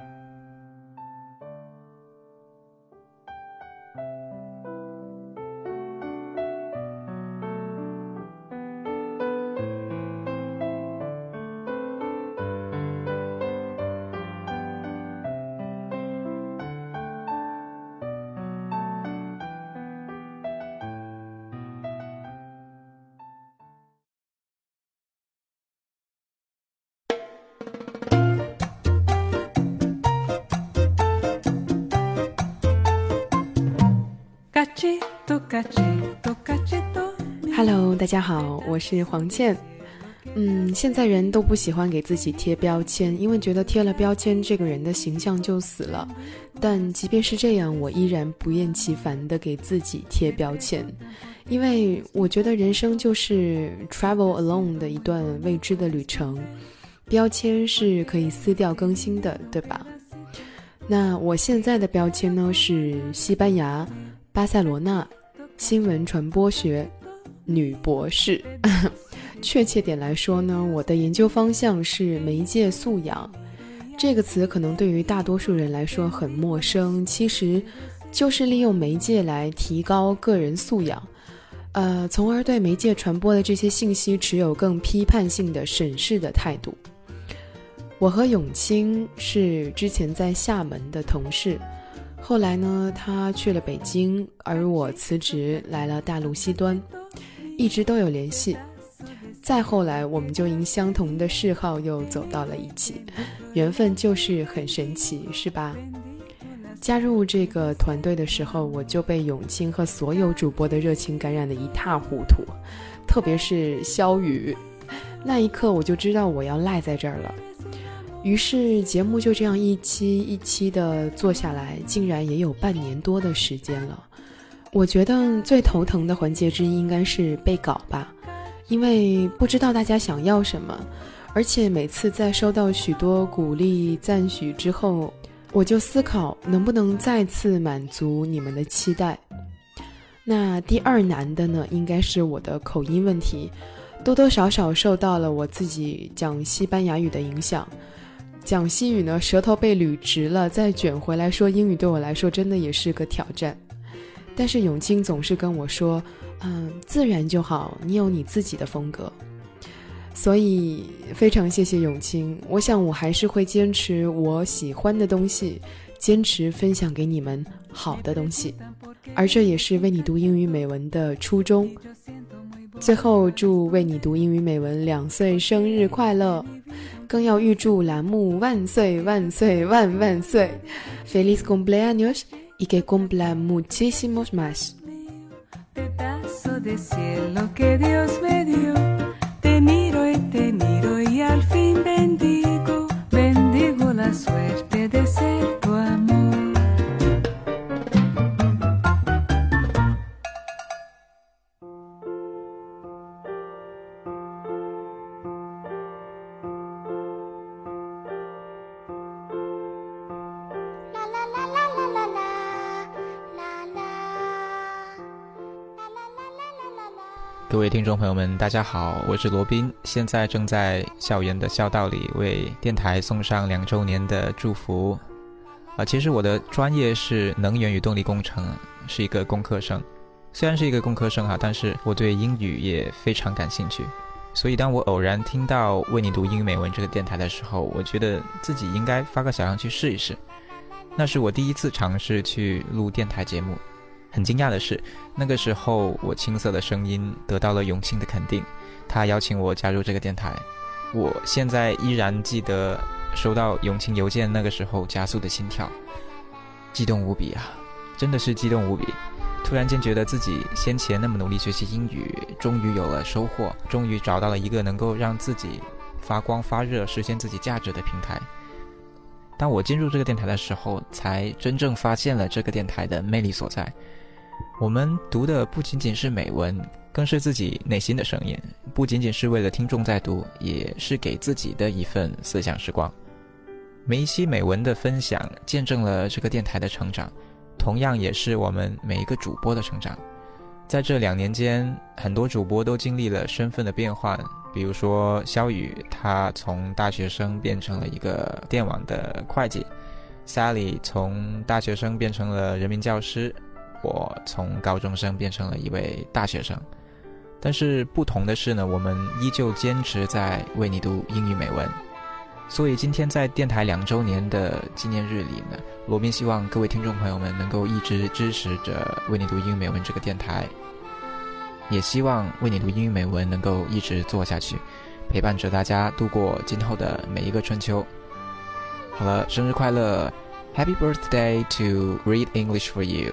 Hello， 大家好，我是黄倩。嗯，现在人都不喜欢给自己贴标签，因为觉得贴了标签，这个人的形象就死了。但即便是这样，我依然不厌其烦地给自己贴标签，因为我觉得人生就是 travel alone 的一段未知的旅程，标签是可以撕掉更新的，对吧？那我现在的标签呢是西班牙、巴塞罗那、新闻传播学、女博士。确切点来说呢，我的研究方向是媒介素养。这个词可能对于大多数人来说很陌生，其实就是利用媒介来提高个人素养，呃，从而对媒介传播的这些信息持有更批判性的审视的态度。我和永清是之前在厦门的同事，后来呢，他去了北京，而我辞职来了大陆西端，一直都有联系。再后来，我们就因相同的嗜好又走到了一起，缘分就是很神奇，是吧？加入这个团队的时候，我就被永清和所有主播的热情感染得一塌糊涂，特别是肖宇，那一刻我就知道我要赖在这儿了。于是节目就这样一期一期的做下来，竟然也有半年多的时间了。我觉得最头疼的环节之一应该是背稿吧，因为不知道大家想要什么，而且每次在收到许多鼓励赞许之后，我就思考能不能再次满足你们的期待。那第二难的呢，应该是我的口音问题，多多少少受到了我自己讲西班牙语的影响。讲西语呢，舌头被捋直了，再卷回来说英语，对我来说真的也是个挑战。但是永清总是跟我说，嗯，自然就好，你有你自己的风格。 所以非常谢谢永清，我想我还是会坚持我喜欢的东西，坚持分享给你们好的东西，而这也是为你读英语美文的初衷。最后祝为你读英语美文两岁生日快乐，更要预祝栏目万岁万岁万万岁 Feliz cumpleaños y que cumpla muchísimos más。 Te miro y te miro y al fin bendigo, bendigo la suerte de ser tu amor. La la la la la la la la la。 各位听众朋友们大家好，我是罗宾，现在正在校园的校道里为电台送上两周年的祝福。啊，其实我的专业是能源与动力工程，是一个工科生。虽然是一个工科生哈，但是我对英语也非常感兴趣。所以当我偶然听到为你读英语美文这个电台的时候，我觉得自己应该发个小样去试一试。那是我第一次尝试去录电台节目。很惊讶的是，那个时候我青涩的声音得到了永清的肯定，他邀请我加入这个电台。我现在依然记得收到永清邮件那个时候加速的心跳，激动无比啊，真的是激动无比。突然间觉得自己先前那么努力学习英语，终于有了收获，终于找到了一个能够让自己发光发热，实现自己价值的平台。当我进入这个电台的时候，才真正发现了这个电台的魅力所在。我们读的不仅仅是美文，更是自己内心的声音，不仅仅是为了听众在读，也是给自己的一份思想时光。每一期美文的分享见证了这个电台的成长，同样也是我们每一个主播的成长。在这两年间，很多主播都经历了身份的变换，比如说肖宇，他从大学生变成了一个电网的会计， Sally 从大学生变成了人民教师，我从高中生变成了一位大学生。但是不同的是呢，我们依旧坚持在为你读英语美文。所以今天在电台两周年的纪念日里呢，罗宾希望各位听众朋友们能够一直支持着为你读英语美文这个电台，也希望为你读英语美文能够一直做下去，陪伴着大家度过今后的每一个春秋。好了，生日快乐， Happy birthday to Read English for You。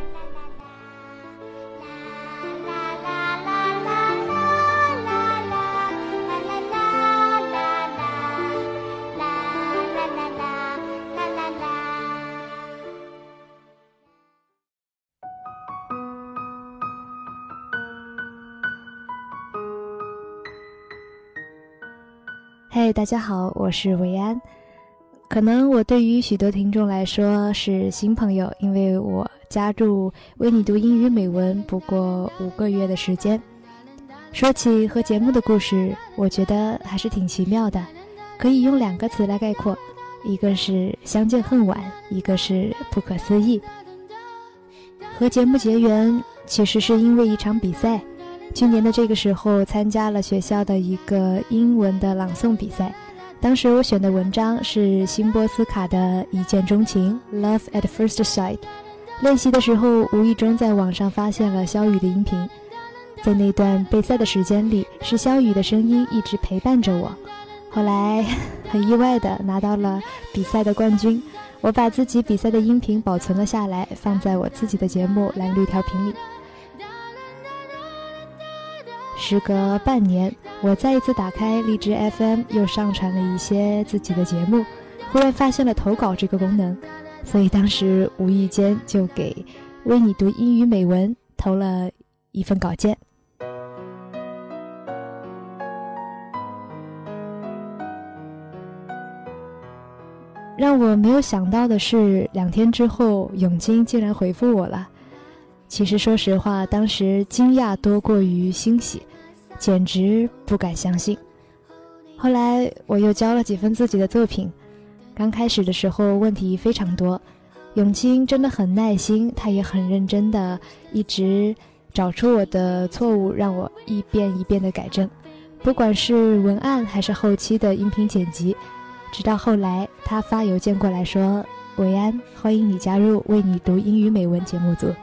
嘿、hey, 大家好，我是维安。可能我对于许多听众来说是新朋友，因为我加入为你读英语美文不过五个月的时间。说起和节目的故事，我觉得还是挺奇妙的，可以用两个词来概括，一个是相见恨晚，一个是不可思议。和节目结缘其实是因为一场比赛，去年的这个时候参加了学校的一个英文的朗诵比赛，当时我选的文章是辛波斯卡的一见钟情 Love at First Sight。 练习的时候无意中在网上发现了肖宇的音频，在那段备赛的时间里，是肖宇的声音一直陪伴着我。后来很意外的拿到了比赛的冠军，我把自己比赛的音频保存了下来，放在我自己的节目蓝绿调频里。时隔半年，我再一次打开荔枝 F M， 又上传了一些自己的节目，忽然发现了投稿这个功能，所以当时无意间就给为你读英语美文投了一份稿件。让我没有想到的是，两天之后永金竟然回复我了。其实说实话，当时惊讶多过于欣喜，简直不敢相信。后来我又交了几份自己的作品，刚开始的时候问题非常多，永清真的很耐心，他也很认真的一直找出我的错误，让我一遍一遍的改正。 不管是文案还是后期的音频剪辑。直到后来他发邮件过来说，维安，欢迎你加入为你读英语美文节目组。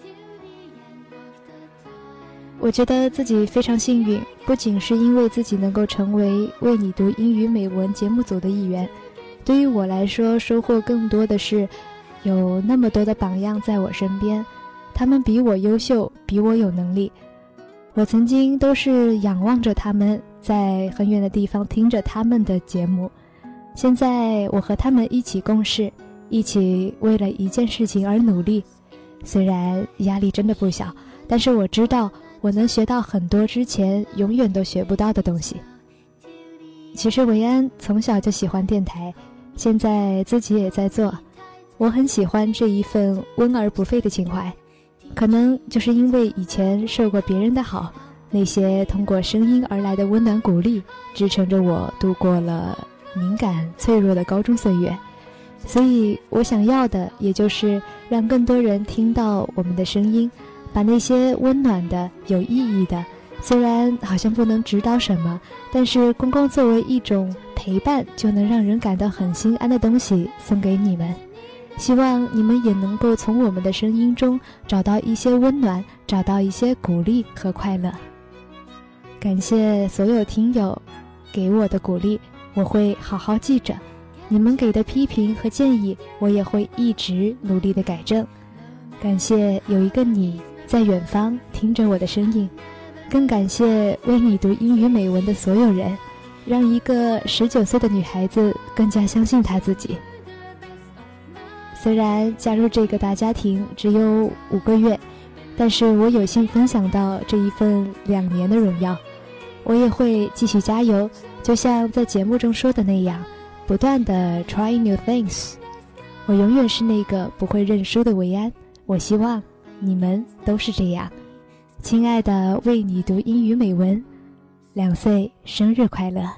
我觉得自己非常幸运，不仅是因为自己能够成为为你读英语美文节目组的一员，对于我来说收获更多的是有那么多的榜样在我身边，他们比我优秀，比我有能力。我曾经都是仰望着他们，在很远的地方听着他们的节目，现在我和他们一起共事，一起为了一件事情而努力，虽然压力真的不小，但是我知道我能学到很多之前永远都学不到的东西。其实维安从小就喜欢电台，现在自己也在做，我很喜欢这一份温而不费的情怀，可能就是因为以前受过别人的好，那些通过声音而来的温暖鼓励支撑着我度过了敏感脆弱的高中岁月，所以我想要的也就是让更多人听到我们的声音，把那些温暖的有意义的，虽然好像不能指导什么，但是光光作为一种陪伴就能让人感到很心安的东西送给你们。希望你们也能够从我们的声音中找到一些温暖，找到一些鼓励和快乐。感谢所有听友给我的鼓励，我会好好记着，你们给的批评和建议我也会一直努力的改正。感谢有一个你在远方听着我的声音，更感谢为你读英语美文的所有人，让一个十九岁的女孩子更加相信她自己。虽然加入这个大家庭只有五个月，但是我有幸分享到这一份两年的荣耀，我也会继续加油，就像在节目中说的那样，不断的 try new things。 我永远是那个不会认输的维安，我希望你们都是这样。亲爱的为你读英语美文，两岁生日快乐。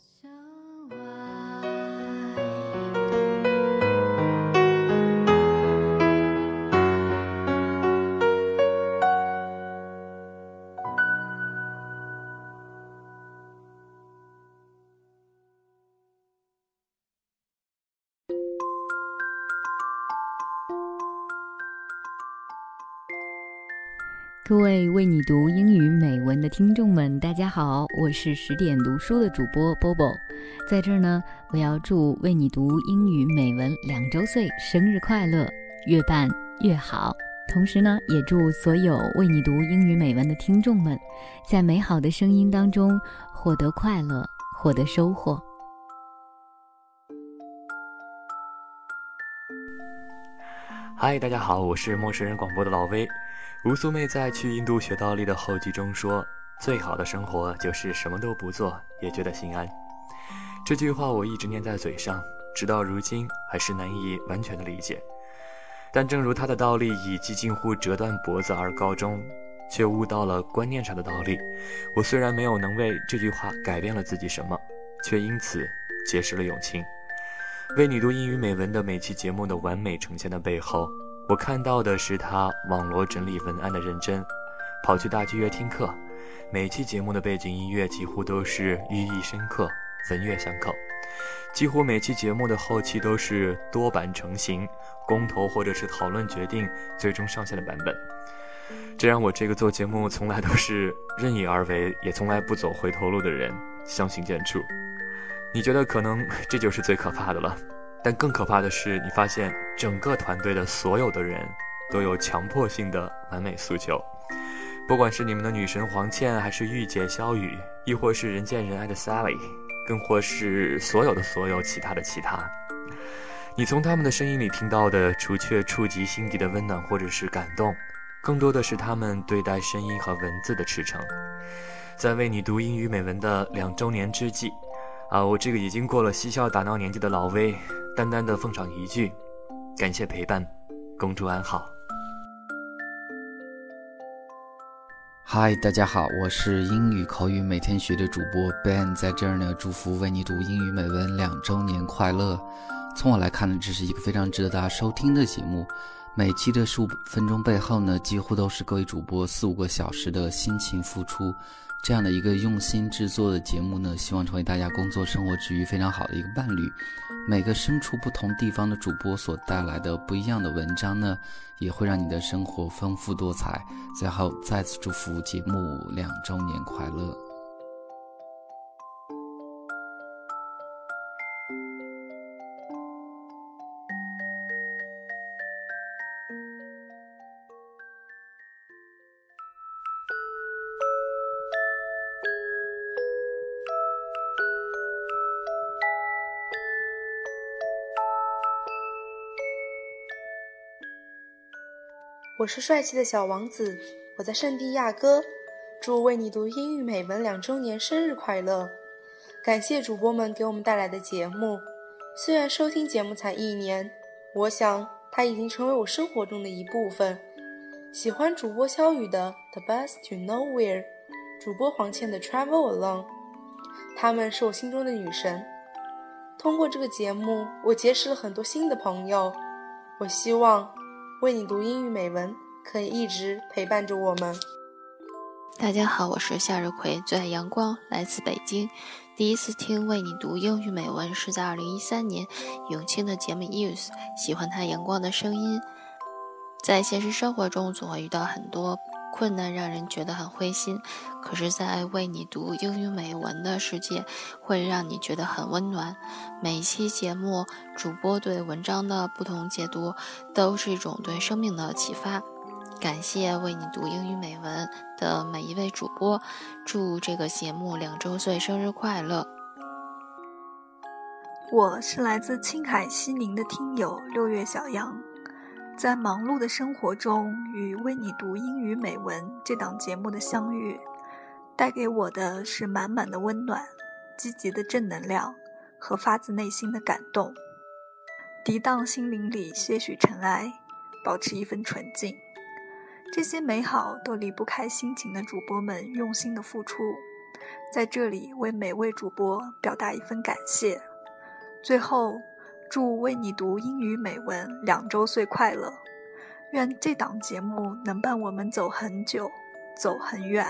各位为你读英语美文的听众们，大家好，我是十点读书的主播 Bobo， 在这儿呢，我要祝为你读英语美文两周岁生日快乐，越办越好。同时呢，也祝所有为你读英语美文的听众们，在美好的声音当中获得快乐，获得收获。 嗨，大家好，我是陌生人广播的老威。吴苏妹在去印度学倒立的后记中说，最好的生活就是什么都不做也觉得心安。这句话我一直念在嘴上，直到如今还是难以完全的理解。但正如她的倒立以及近乎折断脖子而告终，却悟到了观念上的道理。我虽然没有能为这句话改变了自己什么，却因此结识了永清。为你读英语美文的每期节目的完美呈现的背后，我看到的是他网罗整理文案的认真，跑去大剧院听课，每期节目的背景音乐几乎都是寓意深刻，文乐相扣，几乎每期节目的后期都是多版成型，公投或者是讨论决定最终上线的版本。这让我这个做节目从来都是任意而为，也从来不走回头路的人相形见绌。你觉得可能这就是最可怕的了，但更可怕的是，你发现整个团队的所有的人都有强迫性的完美诉求，不管是你们的女神黄倩，还是御姐萧雨，亦或是人见人爱的 Sally， 更或是所有的所有其他的其他，你从他们的声音里听到的，除却触及心底的温暖或者是感动，更多的是他们对待声音和文字的赤诚。在为你读英语美文的两周年之际啊，我这个已经过了嬉笑打闹年纪的老威，单单的奉上一句：感谢陪伴，公主安好。 嗨，大家好，我是英语口语每天学的主播 Ben， 在这儿呢，祝福为你读英语美文两周年快乐。从我来看呢，这是一个非常值得大家收听的节目。 每期的十五分钟背后呢，几乎都是各位主播四五个小时的辛勤付出。这样的一个用心制作的节目呢，希望成为大家工作生活之余非常好的一个伴侣。每个身处不同地方的主播所带来的不一样的文章呢，也会让你的生活丰富多彩。最后再次祝福节目两周年快乐。 我是帅气的小王子，我在圣地亚哥，祝为你读英语美文两周年生日快乐！感谢主播们给我们带来的节目，虽然收听节目才一年，我想它已经成为我生活中的一部分。喜欢主播肖雨的 The Bus to Nowhere， 主播黄倩的 Travel Alone， 她们是我心中的女神。通过这个节目，我结识了很多新的朋友，我希望为你读英语美文可以一直陪伴着我们。 大家好，我是向日葵，最爱阳光，来自北京。第一次听为你读英语美文是在二零一三年永清的节目 Youth， 喜欢他阳光的声音。在现实生活中总会遇到很多困难，让人觉得很灰心，可是在为你读英语美文的世界会让你觉得很温暖。每一期节目主播对文章的不同解读都是一种对生命的启发。感谢为你读英语美文的每一位主播，祝这个节目两周岁生日快乐。 我是来自青海西宁的听友六月小杨，在忙碌的生活中与为你读英语美文这档节目的相遇，带给我的是满满的温暖、积极的正能量和发自内心的感动，涤荡心灵里些许尘埃，保持一份纯净。这些美好都离不开辛勤的主播们用心的付出，在这里为每位主播表达一份感谢。最后祝为你读英语美文两周岁快乐，愿这档节目能伴我们走很久，走很远。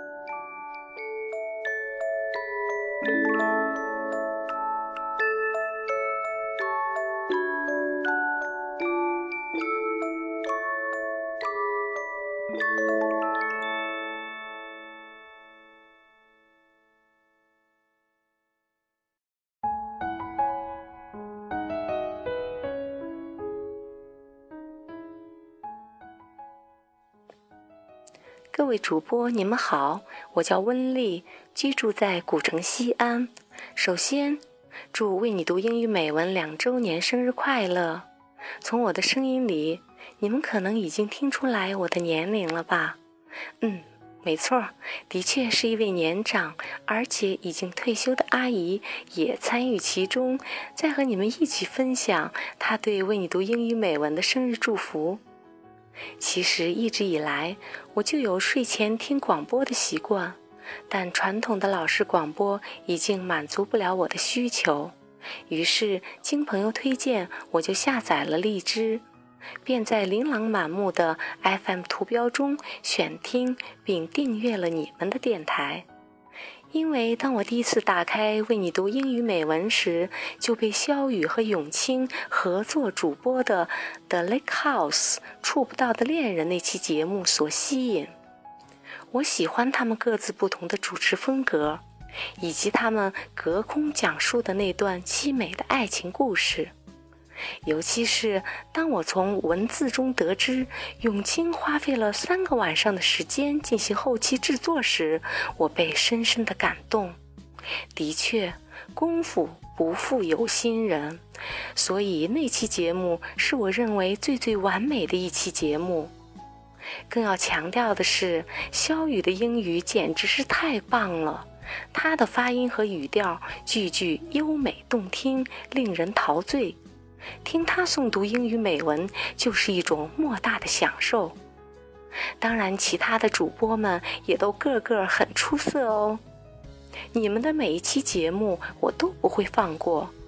各位主播你们好，我叫温丽，居住在古城西安。首先祝为你读英语美文两周年生日快乐。从我的声音里，你们可能已经听出来我的年龄了吧？嗯，没错，的确是一位年长而且已经退休的阿姨也参与其中，在和你们一起分享她对为你读英语美文的生日祝福。其实一直以来我就有睡前听广播的习惯，但传统的老式广播已经满足不了我的需求，于是经朋友推荐，我就下载了荔枝，便在琳琅满目的 F M 图标中选听并订阅了你们的电台。因为当我第一次打开为你读英语美文时，就被肖雨和永清合作主播的 The Lake House 触不到的恋人那期节目所吸引。我喜欢他们各自不同的主持风格，以及他们隔空讲述的那段凄美的爱情故事。尤其是当我从文字中得知永清花费了三个晚上的时间进行后期制作时，我被深深的感动。的确，功夫不负有心人，所以那期节目是我认为最最完美的一期节目。更要强调的是，肖雨的英语简直是太棒了，她的发音和语调句句优美动听，令人陶醉。听他诵读英语美文就是一种莫大的享受。当然其他的主播们也都个个很出色哦，你们的每一期节目我都不会放过。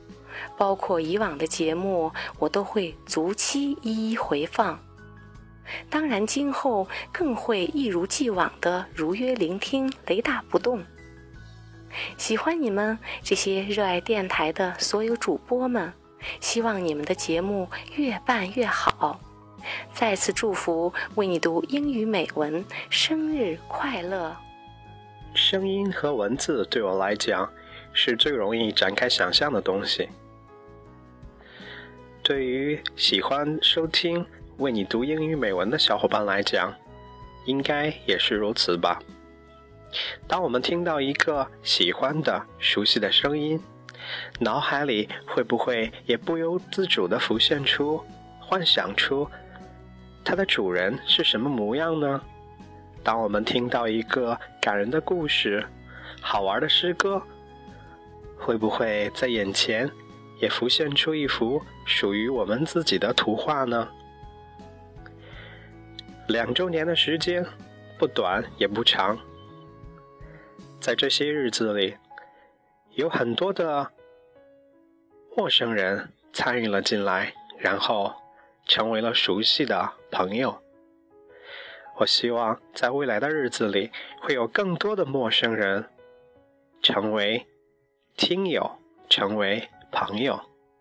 包括以往的节目，我都会逐期一一回放。当然，今后更会一如既往的如约聆听，雷打不动。喜欢你们这些热爱电台的所有主播们，希望你们的节目越办越好。再次祝福为你读英语美文生日快乐。 声音和文字对我来讲是最容易展开想象的东西。对于喜欢收听为你读英语美文的小伙伴来讲，应该也是如此吧。当我们听到一个喜欢的熟悉的声音，脑海里会不会也不由自主地浮现出幻想出它的主人是什么模样呢？当我们听到一个感人的故事，好玩的诗歌，会不会在眼前也浮现出一幅属于我们自己的图画呢？两周年的时间不短也不长，在这些日子里，有很多的陌生人参与了进来，然后成为了熟悉的朋友。我希望在未来的日子里，会有更多的陌生人成为听友，成为朋友。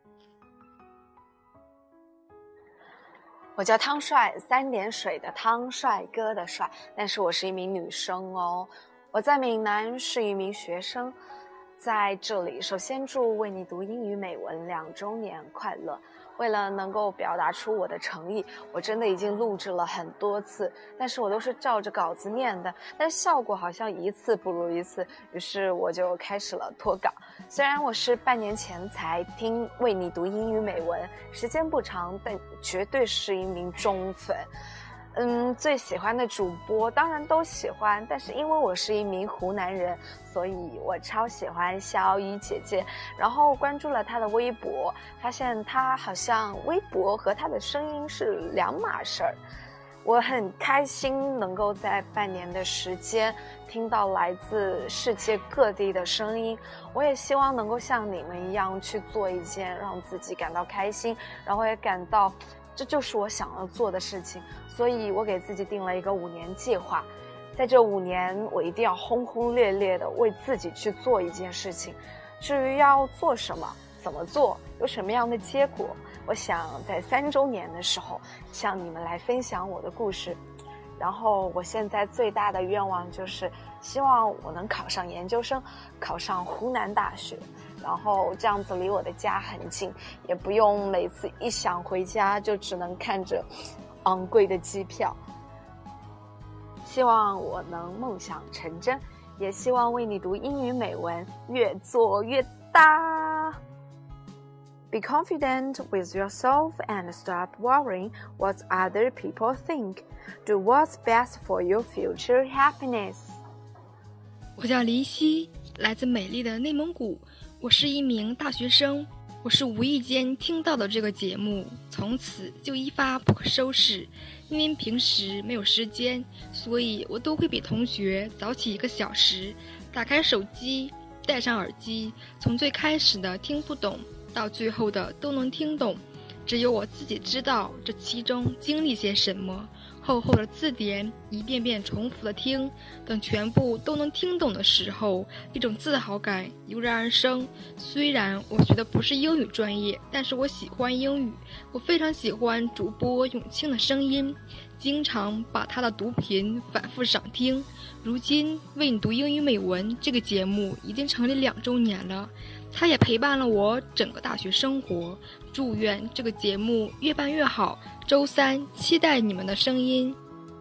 我叫汤帅，三点水的汤，帅哥的帅，但是我是一名女生哦。我在闽南是一名学生，在这里首先祝为你读英语美文两周年快乐。为了能够表达出我的诚意，我真的已经录制了很多次，但是我都是照着稿子念的，但是效果好像一次不如一次，于是我就开始了脱稿。虽然我是半年前才听为你读英语美文，时间不长，但绝对是一名忠粉。嗯，最喜欢的主播当然都喜欢，但是因为我是一名湖南人，所以我超喜欢小雨姐姐，然后关注了她的微博，发现她好像微博和她的声音是两码事儿。我很开心能够在半年的时间听到来自世界各地的声音，我也希望能够像你们一样去做一件让自己感到开心，然后也感到这就是我想要做的事情，所以我给自己定了一个五年计划。在这五年，我一定要轰轰烈烈的为自己去做一件事情。至于要做什么、怎么做、有什么样的结果，我想在三周年的时候向你们来分享我的故事。然后我现在最大的愿望就是希望我能考上研究生，考上湖南大学，然后这样子离我的家很近，也不用每次一想回家就只能看着昂贵的机票。希望我能梦想成真，也希望为你读英语美文越做越大。Be confident with yourself and stop worrying what other people think. Do what's best for your future happiness. 我叫黎希，来自美丽的内蒙古，我是一名大学生。我是无意间听到的这个节目，从此就一发不可收拾。因为平时没有时间，所以我都会比同学早起一个小时，打开手机，戴上耳机，从最开始的听不懂到最后的都能听懂，只有我自己知道这其中经历些什么。厚厚的字典一遍遍重复的听，等全部都能听懂的时候，一种自豪感油然而生。虽然我学的不是英语专业，但是我喜欢英语，我非常喜欢主播永清的声音，经常把他的读频反复赏听。如今为你读英语美文这个节目已经成立两周年了，它也陪伴了我整个大学生活。祝愿这个节目越办越好，周三期待你们的声音。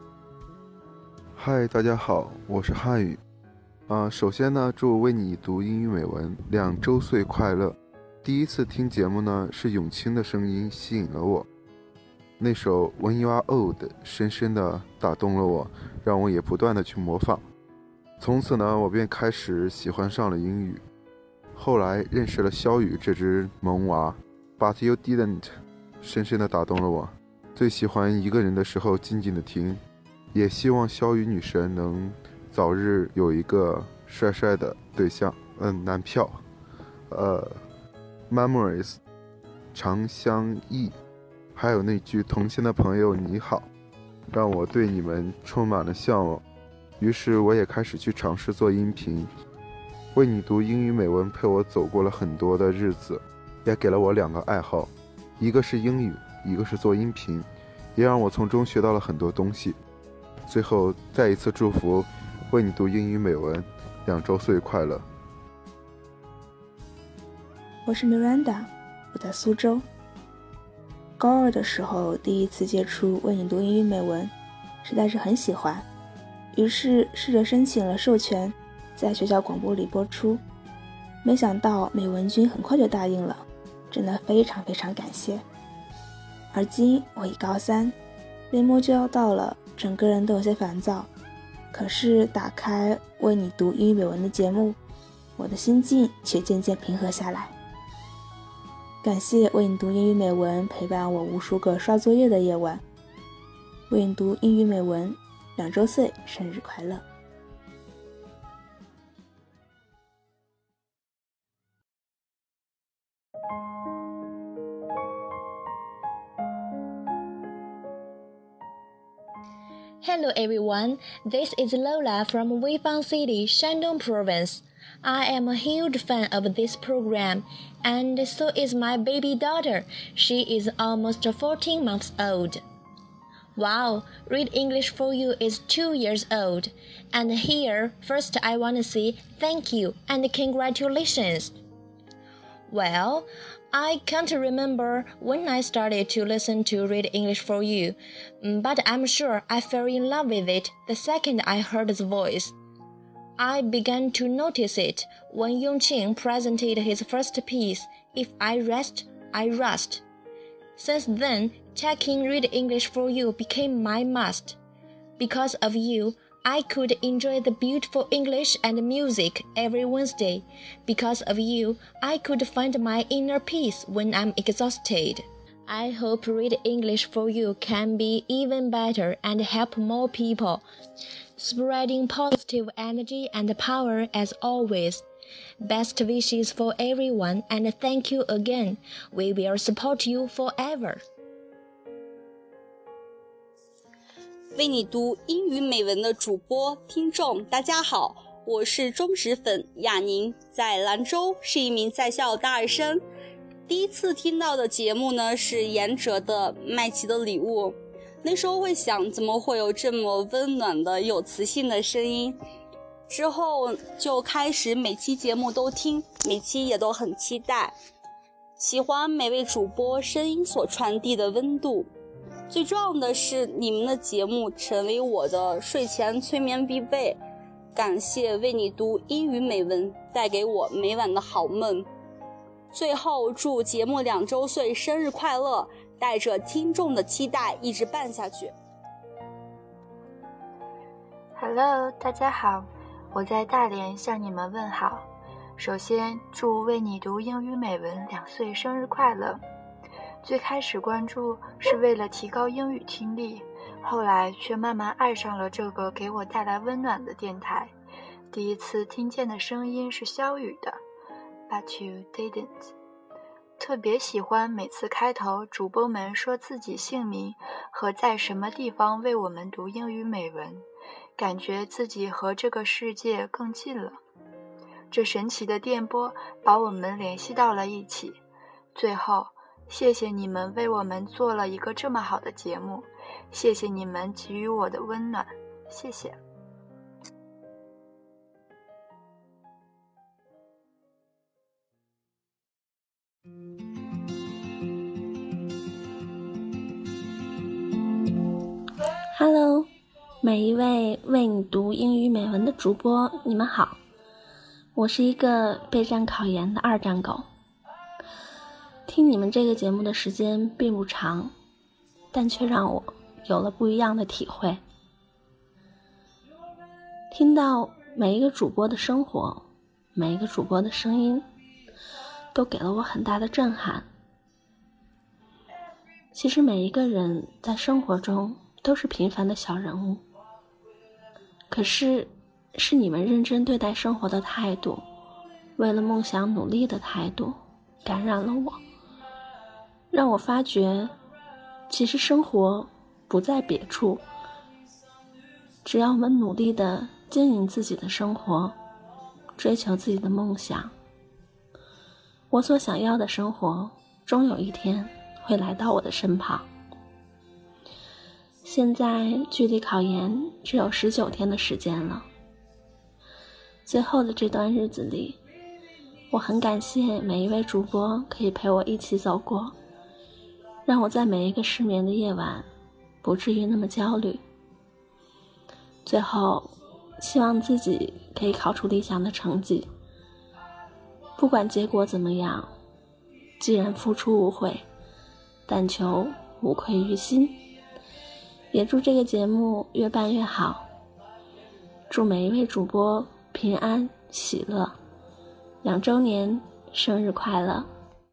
嗨，大家好，我是汉语。啊、呃，首先呢，祝为你读英语美文两周岁快乐。第一次听节目呢，是永清的声音吸引了我，那首 When You Are Old 深深的打动了我，让我也不断的去模仿。从此呢，我便开始喜欢上了英语。后来认识了肖雨这只萌娃 But You Didn't 深深的打动了我。最喜欢一个人的时候静静的听，也希望肖雨女神能早日有一个帅帅的对象，嗯，男票。呃， Memories 常相忆，还有那句同行的朋友你好，让我对你们充满了向往。于是我也开始去尝试做音频。为你读英语美文陪我走过了很多的日子，也给了我两个爱好，一个是英语，一个是做音频，也让我从中学到了很多东西。最后再一次祝福为你读英语美文两周岁快乐。 我是 Miranda， 我在苏州。高二的时候第一次接触为你读英语美文，实在是很喜欢，于是试着申请了授权，在学校广播里播出。没想到美文君很快就答应了，真的非常非常感谢。而今我已高三，年末就要到了，整个人都有些烦躁。可是打开为你读英语美文的节目，我的心境却渐渐平和下来。感谢为你读英语美文陪伴我无数个刷作业的夜晚。为你读英语美文两周岁生日快乐。 Hello everyone, this is Lola from Weifang City, Shandong Province. I am a huge fan of this program, and so is my baby daughter. She is almost fourteen months old. Wow, Read English for You is two years old. And here, first I want to say thank you and congratulations. Well, I can't remember when I started to listen to Read English for You, but I'm sure I fell in love with it the second I heard the voice. I began to notice it when Yongqing presented his first piece, If I Rest, I Rust. Since then, checking Read English for You became my must. Because of you, I could enjoy the beautiful English and music every Wednesday. Because of you, I could find my inner peace when I'm exhausted. I hope Read English for You can be even better and help more people, spreading positive energy and power as always. Best wishes for everyone and thank you again. We will support you forever. 为你读英语美文的主播听众大家好，我是忠实粉亚宁，在兰州是一名在校大二生。第一次听到的节目呢是严哲的麦琪的礼物，那时候会想怎么会有这么温暖的有磁性的声音，之后就开始每期节目都听，每期也都很期待，喜欢每位主播声音所传递的温度。最重要的是你们的节目成为我的睡前催眠必备，感谢为你读英语美文带给我每晚的好梦。最后祝节目两周岁生日快乐，带着听众的期待一直办下去。 Hello， 大家好，我在大连向你们问好。首先祝为你读英语美文两岁生日快乐。最开始关注是为了提高英语听力，后来却慢慢爱上了这个给我带来温暖的电台。第一次听见的声音是肖宇的 But you didn't。 特别喜欢每次开头主播们说自己姓名和在什么地方为我们读英语美文，感觉自己和这个世界更近了。这神奇的电波把我们联系到了一起。最后谢谢你们为我们做了一个这么好的节目，谢谢你们给予我的温暖，谢谢。 Hello， 每一位为你读英语美文的主播，你们好，我是一个备战考研的二战狗。听你们这个节目的时间并不长，但却让我有了不一样的体会。听到每一个主播的生活，每一个主播的声音，都给了我很大的震撼。其实每一个人在生活中都是平凡的小人物，可是是你们认真对待生活的态度，为了梦想努力的态度， 感染了我，让我发觉其实生活不在别处，只要我们努力地经营自己的生活，追求自己的梦想，我所想要的生活终有一天会来到我的身旁。现在距离考研只有十九天的时间了，最后的这段日子里，我很感谢每一位主播可以陪我一起走过，让我在每一个失眠的夜晚不至于那么焦虑。最后希望自己可以考出理想的成绩，不管结果怎么样，既然付出无悔，但求无愧于心。也祝这个节目越办越好，祝每一位主播平安喜乐，两周年生日快乐。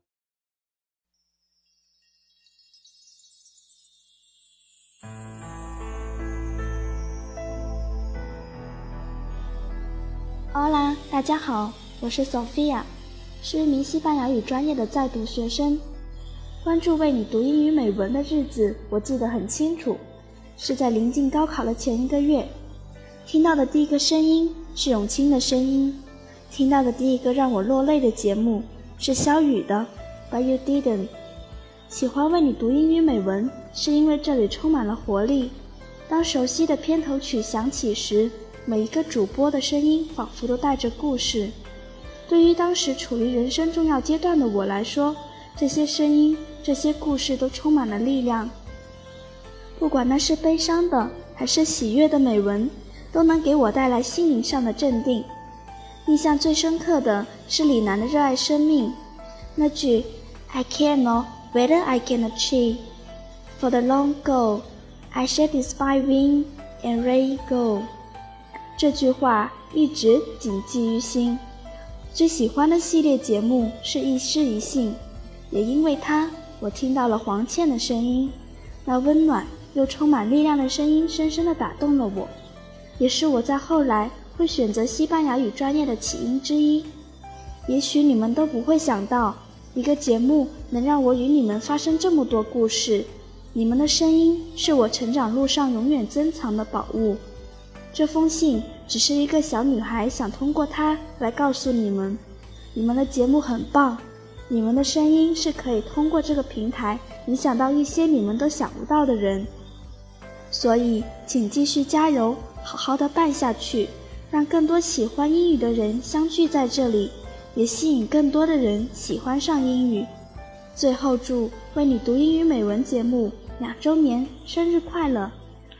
Hola， 大家好，我是 Sophia， 是一名西班牙语专业的在读学生。关注为你读英语美文的日子我记得很清楚，是在临近高考的前一个月。听到的第一个声音是永清的声音，听到的第一个让我落泪的节目是萧雨的 But You Didn't。 喜欢为你读英语美文是因为这里充满了活力，当熟悉的片头曲响起时，每一个主播的声音仿佛都带着故事。对于当时处于人生重要阶段的我来说，这些声音这些故事都充满了力量，不管那是悲伤的还是喜悦的美文，都能给我带来心灵上的镇定。印象最深刻的是李楠的热爱生命，那句 I can't know whether I can achieve for the long goal I shall despite wind and rain go。 这句话一直谨记于心。最喜欢的系列节目是一诗一信，也因为它我听到了黄倩的声音，那温暖又充满力量的声音深深地打动了我，也是我在后来会选择西班牙语专业的起因之一。也许你们都不会想到，一个节目能让我与你们发生这么多故事，你们的声音是我成长路上永远珍藏的宝物。这封信只是一个小女孩想通过它来告诉你们，你们的节目很棒，你们的声音是可以通过这个平台影响到一些你们都想不到的人。所以请继续加油，好好的办下去，让更多喜欢英语的人相聚在这里，也吸引更多的人喜欢上英语。最后祝为你读英语美文节目两周年生日快乐。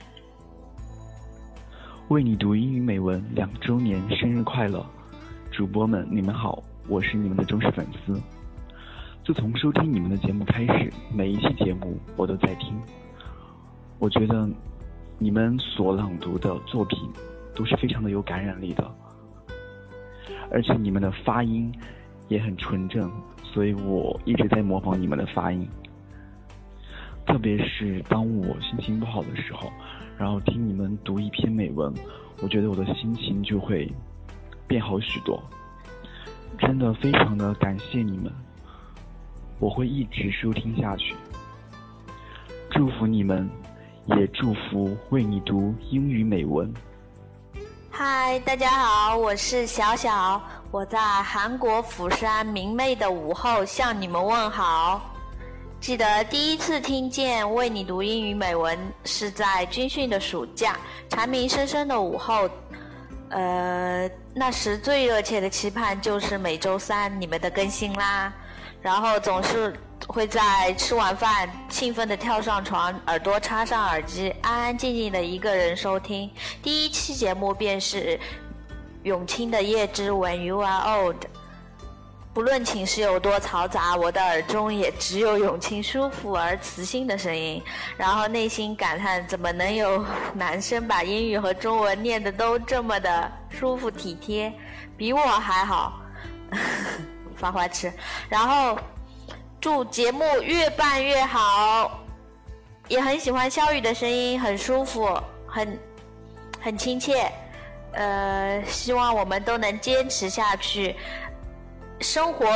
为你读英语美文两周年生日快乐！主播们，你们好，我是你们的忠实粉丝。自从收听你们的节目开始，每一期节目我都在听。我觉得你们所朗读的作品都是非常的有感染力的，而且你们的发音也很纯正，所以我一直在模仿你们的发音。特别是当我心情不好的时候，然后听你们读一篇美文，我觉得我的心情就会变好许多。真的非常的感谢你们，我会一直收听下去。祝福你们，也祝福为你读英语美文。 嗨，大家好，我是小小，我在韩国釜山明媚的午后向你们问好。记得第一次听见为你读英语美文是在军训的暑假，蝉鸣声声的午后，呃，那时最热切的期盼就是每周三你们的更新啦，然后总是会在吃完饭兴奋地跳上床，耳朵插上耳机，安安静静的一个人收听。第一期节目便是永清的叶之 When You Are Old。不论寝室有多嘈杂，我的耳中也只有永清舒服而磁性的声音，然后内心感叹怎么能有男生把英语和中文念得都这么的舒服体贴，比我还好发花痴。然后祝节目越办越好，也很喜欢肖雨的声音，很舒服，很很亲切，呃，希望我们都能坚持下去。生活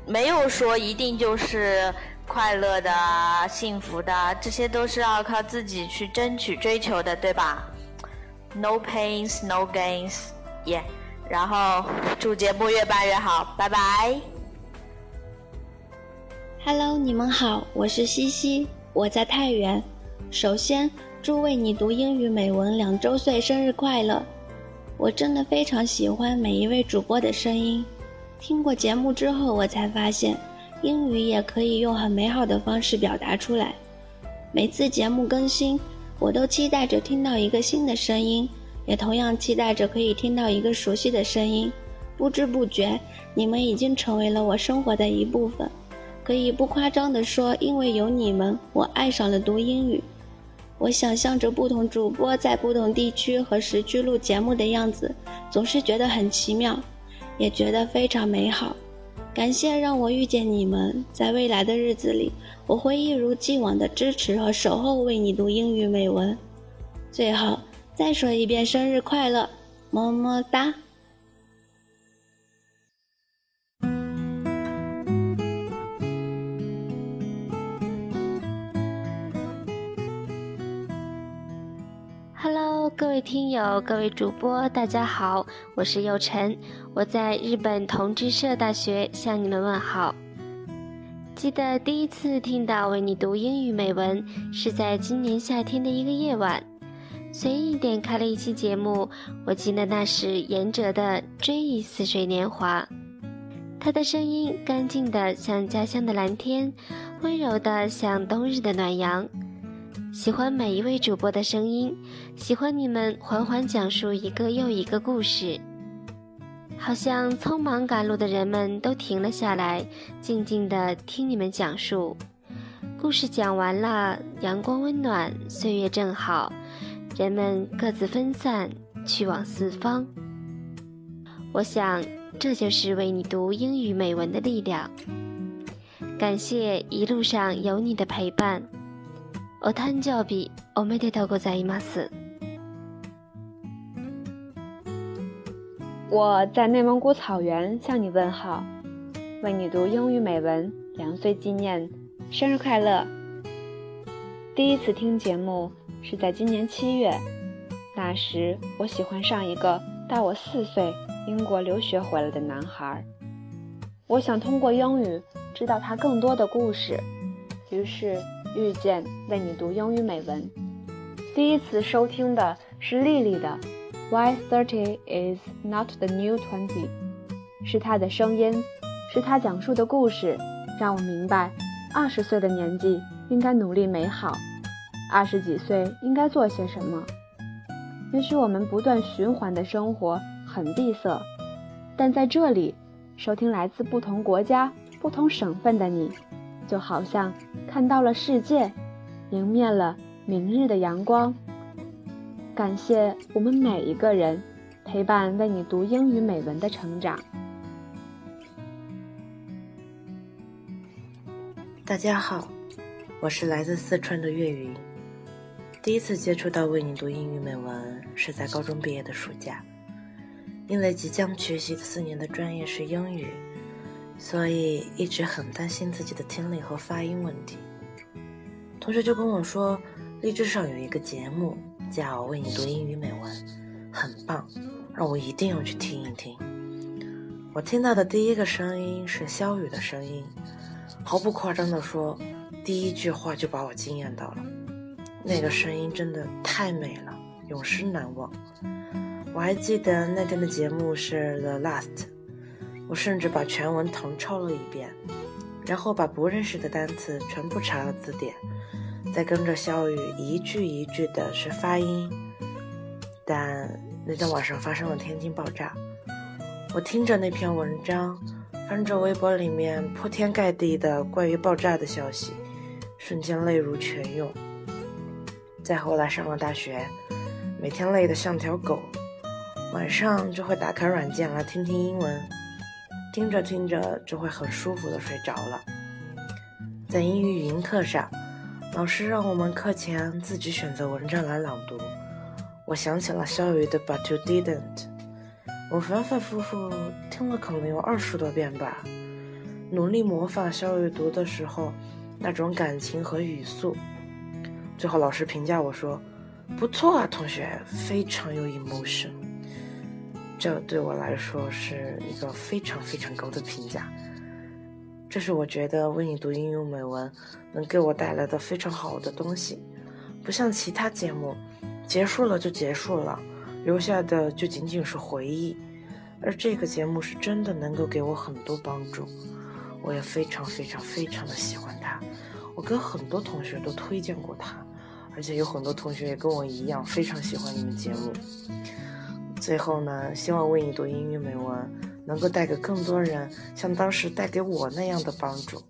没有说一定就是快乐的、幸福的，这些都是要靠自己去争取、追求的，对吧？ No pains, no gains， 耶、yeah. 然后祝节目越办越好，拜拜。 Hello， 你们好，我是西西，我在太原。首先，祝为你读英语美文两周岁生日快乐！我真的非常喜欢每一位主播的声音。听过节目之后，我才发现，英语也可以用很美好的方式表达出来。每次节目更新，我都期待着听到一个新的声音，也同样期待着可以听到一个熟悉的声音。不知不觉，你们已经成为了我生活的一部分。可以不夸张地说，因为有你们，我爱上了读英语。我想象着不同主播在不同地区和时区录节目的样子，总是觉得很奇妙，也觉得非常美好。感谢让我遇见你们，在未来的日子里，我会一如既往的支持和守候为你读英语美文。最后再说一遍生日快乐，么么哒。Hello， 各位听友，各位主播，大家好，我是佑晨，我在日本同志社大学向你们问好。记得第一次听到为你读英语美文是在今年夏天的一个夜晚，随意点开了一期节目，我记得那是严哲的《追忆似水年华》。他的声音干净的像家乡的蓝天，温柔的像冬日的暖阳。喜欢每一位主播的声音，喜欢你们缓缓讲述一个又一个故事，好像匆忙赶路的人们都停了下来，静静地听你们讲述。故事讲完了，阳光温暖，岁月正好，人们各自分散，去往四方。我想，这就是为你读英语美文的力量。感谢一路上有你的陪伴。お誕生日おめでとうございます。 我在内蒙古草原向你问好，为你读英语美文，两岁纪念，生日快乐！第一次听节目是在今年七月，那时我喜欢上一个大我四岁、英国留学回来的男孩，我想通过英语知道他更多的故事，于是遇见为你读英语美文。第一次收听的是丽丽的 Why thirty is not the new twenty， 是她的声音，是她讲述的故事，让我明白二十岁的年纪应该努力美好，二十几岁应该做些什么。也许我们不断循环的生活很闭塞，但在这里收听来自不同国家、不同省份的你，就好像看到了世界，迎面了明日的阳光。感谢我们每一个人陪伴为你读英语美文的成长。 大家好，我是来自四川的岳云。第一次接触到为你读英语美文是在高中毕业的暑假，因为即将学习的四年的专业是英语，所以一直很担心自己的听力和发音问题。同学就跟我说，励志上有一个节目叫为你读英语美文，很棒，让我一定要去听一听。我听到的第一个声音是肖宇的声音，毫不夸张地说，第一句话就把我惊艳到了。那个声音真的太美了，永世难忘。我还记得那天的节目是 The Last， 我甚至把全文誊抄了一遍，然后把不认识的单词全部查了字典，再跟着肖宇一句一句的学发音。但那天晚上发生了天津爆炸，我听着那篇文章，翻着微博里面铺天盖地的关于爆炸的消息，瞬间泪如泉涌。再后来上了大学，每天累得像条狗，晚上就会打开软件来听听英文，听着听着就会很舒服的睡着了。在英语语音课上，老师让我们课前自己选择文章来朗读，我想起了肖宇的 But you didn't， 我反反复复听了可能有二十多遍吧， 努力模仿小雨读的时候那种感情和语速。最后老师评价我说，不错啊同学，非常有 emotion。 这对我来说是一个非常非常高的评价，这是我觉得为你读英语美文能给我带来的非常好的东西。不像其他节目结束了就结束了，留下的就仅仅是回忆，而这个节目是真的能够给我很多帮助，我也非常非常非常的喜欢它，我跟很多同学都推荐过它，而且有很多同学也跟我一样非常喜欢你们节目。最后呢，希望为你读英语美文能够带给更多人像当时带给我那样的帮助。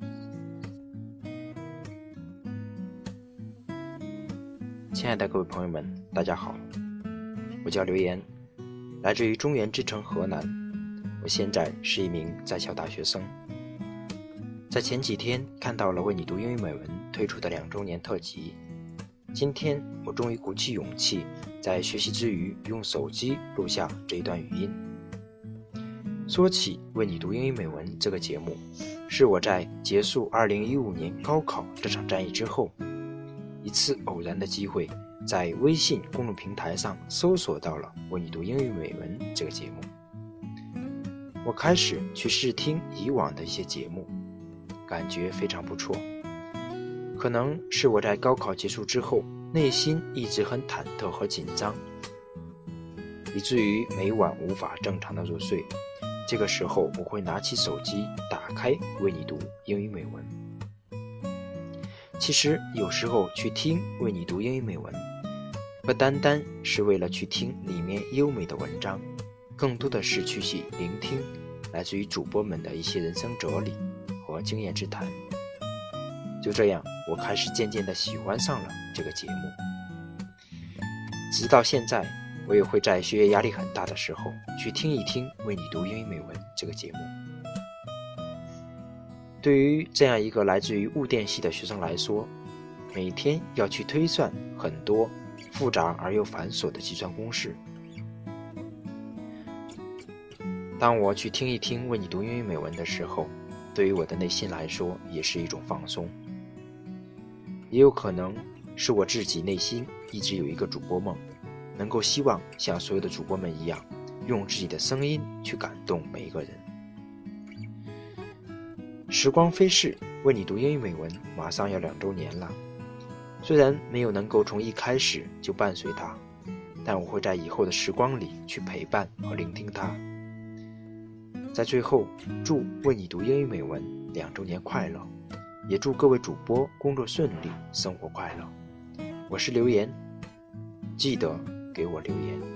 亲爱的各位朋友们，大家好，我叫刘岩，来自于中原之城河南，我现在是一名在校大学生。在前几天看到了为你读英语美文推出的两周年特辑，今天我终于鼓起勇气，在学习之余用手机录下这一段语音。说起为你读英语美文这个节目，是我在结束二零一五年高考这场战役之后，一次偶然的机会，在微信公众平台上搜索到了为你读英语美文这个节目。我开始去试听以往的一些节目，感觉非常不错。可能是我在高考结束之后，内心一直很忐忑和紧张，以至于每晚无法正常的入睡。这个时候我会拿起手机，打开为你读英语美文。其实有时候去听为你读英语美文，不单单是为了去听里面优美的文章，更多的是去去聆听来自于主播们的一些人生哲理和经验之谈。就这样，我开始渐渐地喜欢上了这个节目。直到现在，我也会在学业压力很大的时候去听一听为你读英语美文这个节目。对于这样一个来自于物电系的学生来说，每天要去推算很多复杂而又繁琐的计算公式。当我去听一听为你读英语美文的时候，对于我的内心来说也是一种放松。也有可能是我自己内心一直有一个主播梦，能够希望像所有的主播们一样，用自己的声音去感动每一个人。时光飞逝，为你读英语美文马上要两周年了。虽然没有能够从一开始就伴随它，但我会在以后的时光里去陪伴和聆听它。在最后，祝为你读英语美文两周年快乐，也祝各位主播工作顺利，生活快乐。我是刘岩，记得给我留言。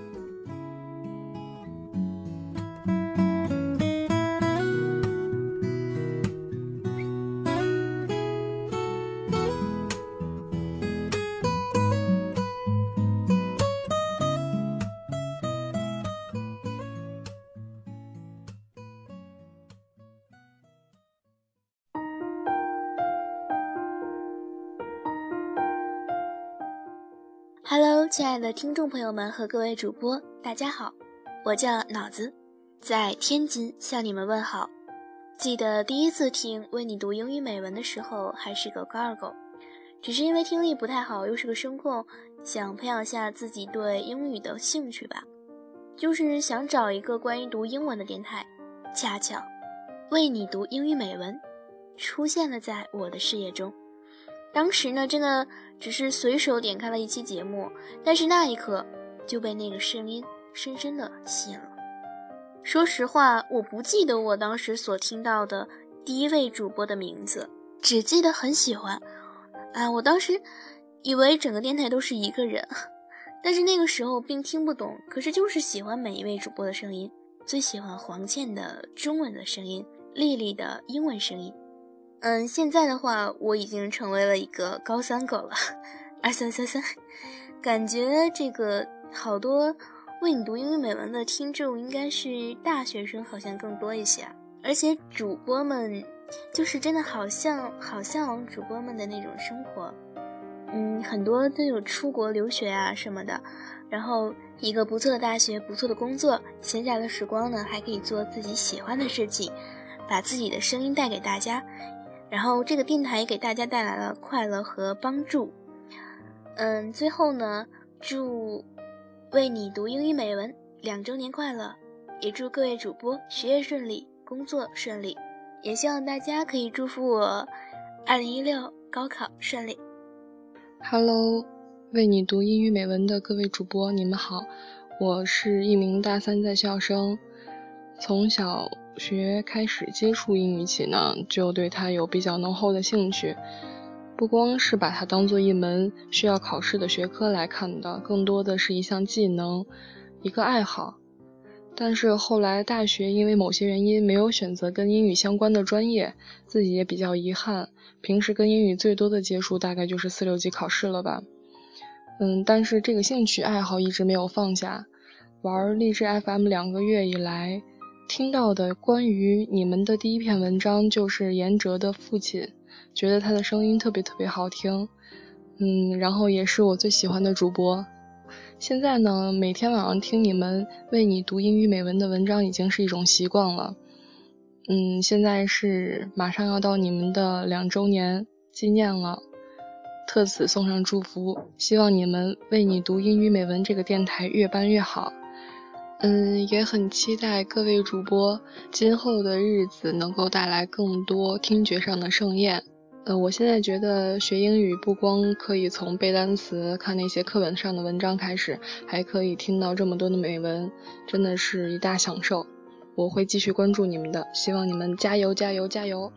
Hello， 亲爱的听众朋友们和各位主播，大家好，我叫脑子，在天津向你们问好。记得第一次听为你读英语美文的时候，还是个高二狗，只是因为听力不太好，又是个声控，想培养下自己对英语的兴趣吧，就是想找一个关于读英文的电台。恰巧，为你读英语美文出现了在我的视野中。当时呢，真的只是随手点开了一期节目，但是那一刻就被那个声音深深地吸引了。说实话，我不记得我当时所听到的第一位主播的名字，只记得很喜欢。啊，我当时以为整个电台都是一个人，但是那个时候并听不懂，可是就是喜欢每一位主播的声音，最喜欢黄倩的中文的声音，丽丽的英文声音。嗯，现在的话，我已经成为了一个高三狗了，二三三三，感觉这个好多为你读英语美文的听众应该是大学生，好像更多一些，而且主播们就是真的好像好向往主播们的那种生活，嗯，很多都有出国留学啊什么的，然后一个不错的大学，不错的工作，闲暇的时光呢还可以做自己喜欢的事情。 把自己的声音带给大家，然后这个电台也给大家带来了快乐和帮助。嗯，最后呢，祝为你读英语美文两周年快乐，也祝各位主播学业顺利，工作顺利，也希望大家可以祝福我二零一六高考顺利。 Hello， 为你读英语美文的各位主播你们好，我是一名大三在校生。从小学开始接触英语起呢，就对它有比较浓厚的兴趣，不光是把它当做一门需要考试的学科来看的，更多的是一项技能，一个爱好。但是后来大学因为某些原因没有选择跟英语相关的专业，自己也比较遗憾，平时跟英语最多的接触大概就是四六级考试了吧。嗯，但是这个兴趣爱好一直没有放下。玩励志 F M 两个月以来，听到的关于你们的第一篇文章就是严哲的父亲，觉得他的声音特别特别好听，嗯，然后也是我最喜欢的主播。现在呢，每天晚上听你们为你读英语美文的文章已经是一种习惯了。嗯，现在是马上要到你们的两周年纪念了，特此送上祝福，希望你们为你读英语美文这个电台越办越好。嗯，也很期待各位主播今后的日子能够带来更多听觉上的盛宴。呃，我现在觉得学英语不光可以从背单词、看那些课本上的文章开始，还可以听到这么多的美文，真的是一大享受。我会继续关注你们的，希望你们加油加油加油。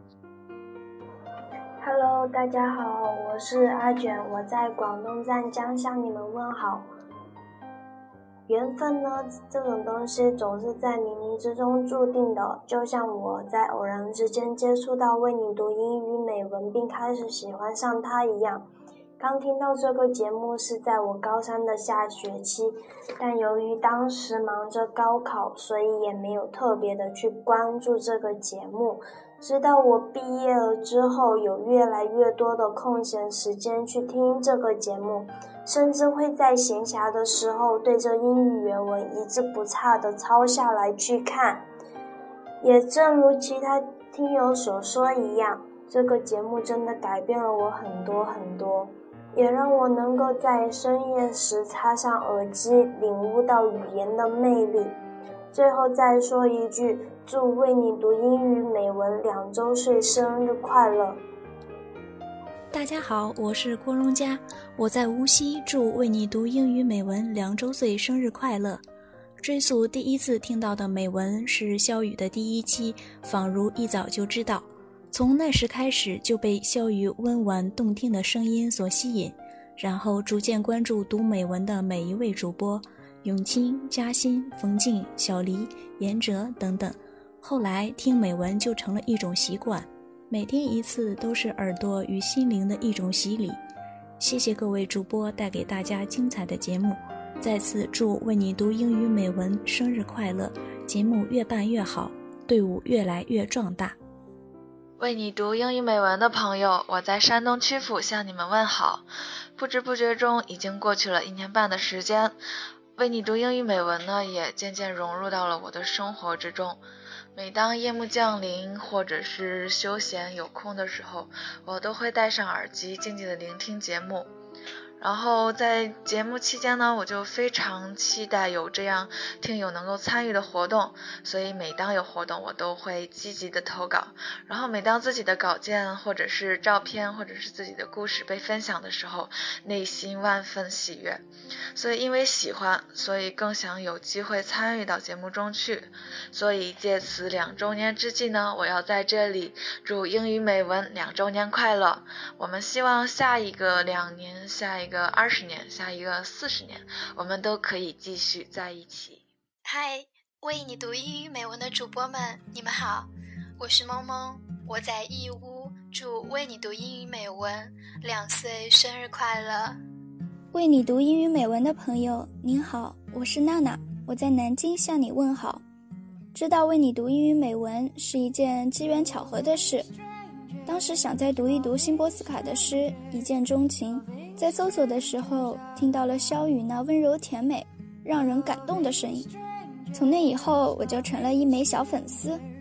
Hello， 大家好，我是阿卷，我在广东湛江向你们问好。缘分呢，这种东西总是在冥冥之中注定的，就像我在偶然之间接触到为你读英语美文并开始喜欢上它一样。刚听到这个节目是在我高三的下学期，但由于当时忙着高考，所以也没有特别的去关注这个节目。直到我毕业了之后，有越来越多的空闲时间去听这个节目，甚至会在闲暇的时候对着英语原文一字不差的抄下来去看。也正如其他听友所说一样，这个节目真的改变了我很多很多，也让我能够在深夜时插上耳机，领悟到语言的魅力。最后再说一句，祝为你读英语美文两周岁生日快乐。 大家好，我是郭荣佳，我在无锡，祝为你读英语美文两周岁生日快乐。追溯第一次听到的美文是肖雨的第一期，仿如一早就知道。从那时开始就被肖雨温婉动听的声音所吸引，然后逐渐关注读美文的每一位主播，永清、嘉欣、冯静、小黎、严哲等等。后来听美文就成了一种习惯，每听一次都是耳朵与心灵的一种洗礼。谢谢各位主播带给大家精彩的节目，再次祝为你读英语美文生日快乐，节目越办越好，队伍越来越壮大。 为你读英语美文的朋友，我在山东曲阜向你们问好。不知不觉中已经过去了一年半的时间，为你读英语美文呢，也渐渐融入到了我的生活之中。每当夜幕降临，或者是休闲有空的时候，我都会戴上耳机，静静的聆听节目。然后在节目期间呢，我就非常期待有这样听友能够参与的活动，所以每当有活动我都会积极的投稿，然后每当自己的稿件或者是照片或者是自己的故事被分享的时候，内心万分喜悦。所以因为喜欢，所以更想有机会参与到节目中去。所以借此两周年之际呢，我要在这里祝英语美文两周年快乐。我们希望下一个两年，下一个二十年，下一个四十年，我们都可以继续在一起。 嗨，为你读英语美文的主播们，你们好，我是萌萌，我在义乌，祝为你读英语美文两岁生日快乐。 为你读英语美文的朋友，您好，我是娜娜，我在南京向你问好。知道为你读英语美文是一件机缘巧合的事，当时想再读一读辛波斯卡的诗，一见钟情，在搜索的时候听到了萧雨那温柔甜美让人感动的声音，从那以后我就成了一枚小粉丝。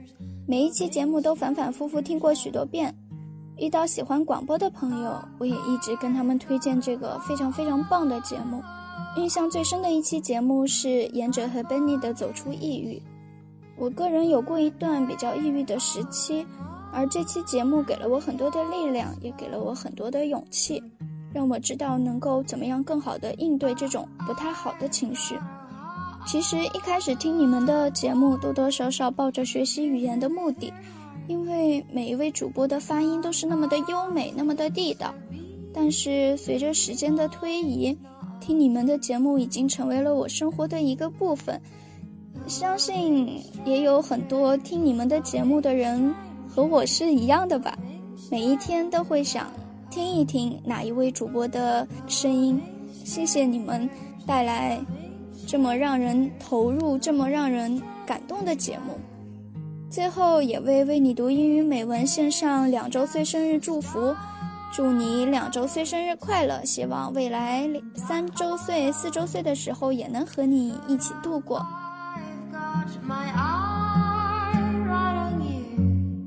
每一期节目都反反复复听过许多遍。遇到喜欢广播的朋友，我也一直跟他们推荐这个非常非常棒的节目。印象最深的一期节目是言者和 Benny 的走出抑郁。我个人有过一段比较抑郁的时期，而这期节目给了我很多的力量，也给了我很多的勇气，让我知道能够怎么样更好的应对这种不太好的情绪。其实一开始听你们的节目，多多少少抱着学习语言的目的，因为每一位主播的发音都是那么的优美，那么的地道。但是随着时间的推移，听你们的节目已经成为了我生活的一个部分。相信也有很多听你们的节目的人和我是一样的吧，每一天都会想听一听哪一位主播的声音。谢谢你们带来这么让人投入、这么让人感动的节目。最后也为为你读英语美文献上两周岁生日祝福，祝你两周岁生日快乐，希望未来三周岁、四周岁的时候也能和你一起度过。My eye right on you.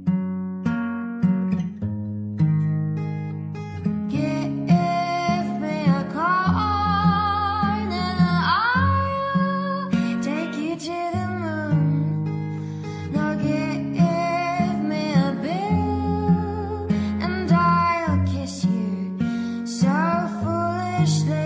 Give me a call and I'll take you to the moon. Now give me a bill and I'll kiss you so foolishly.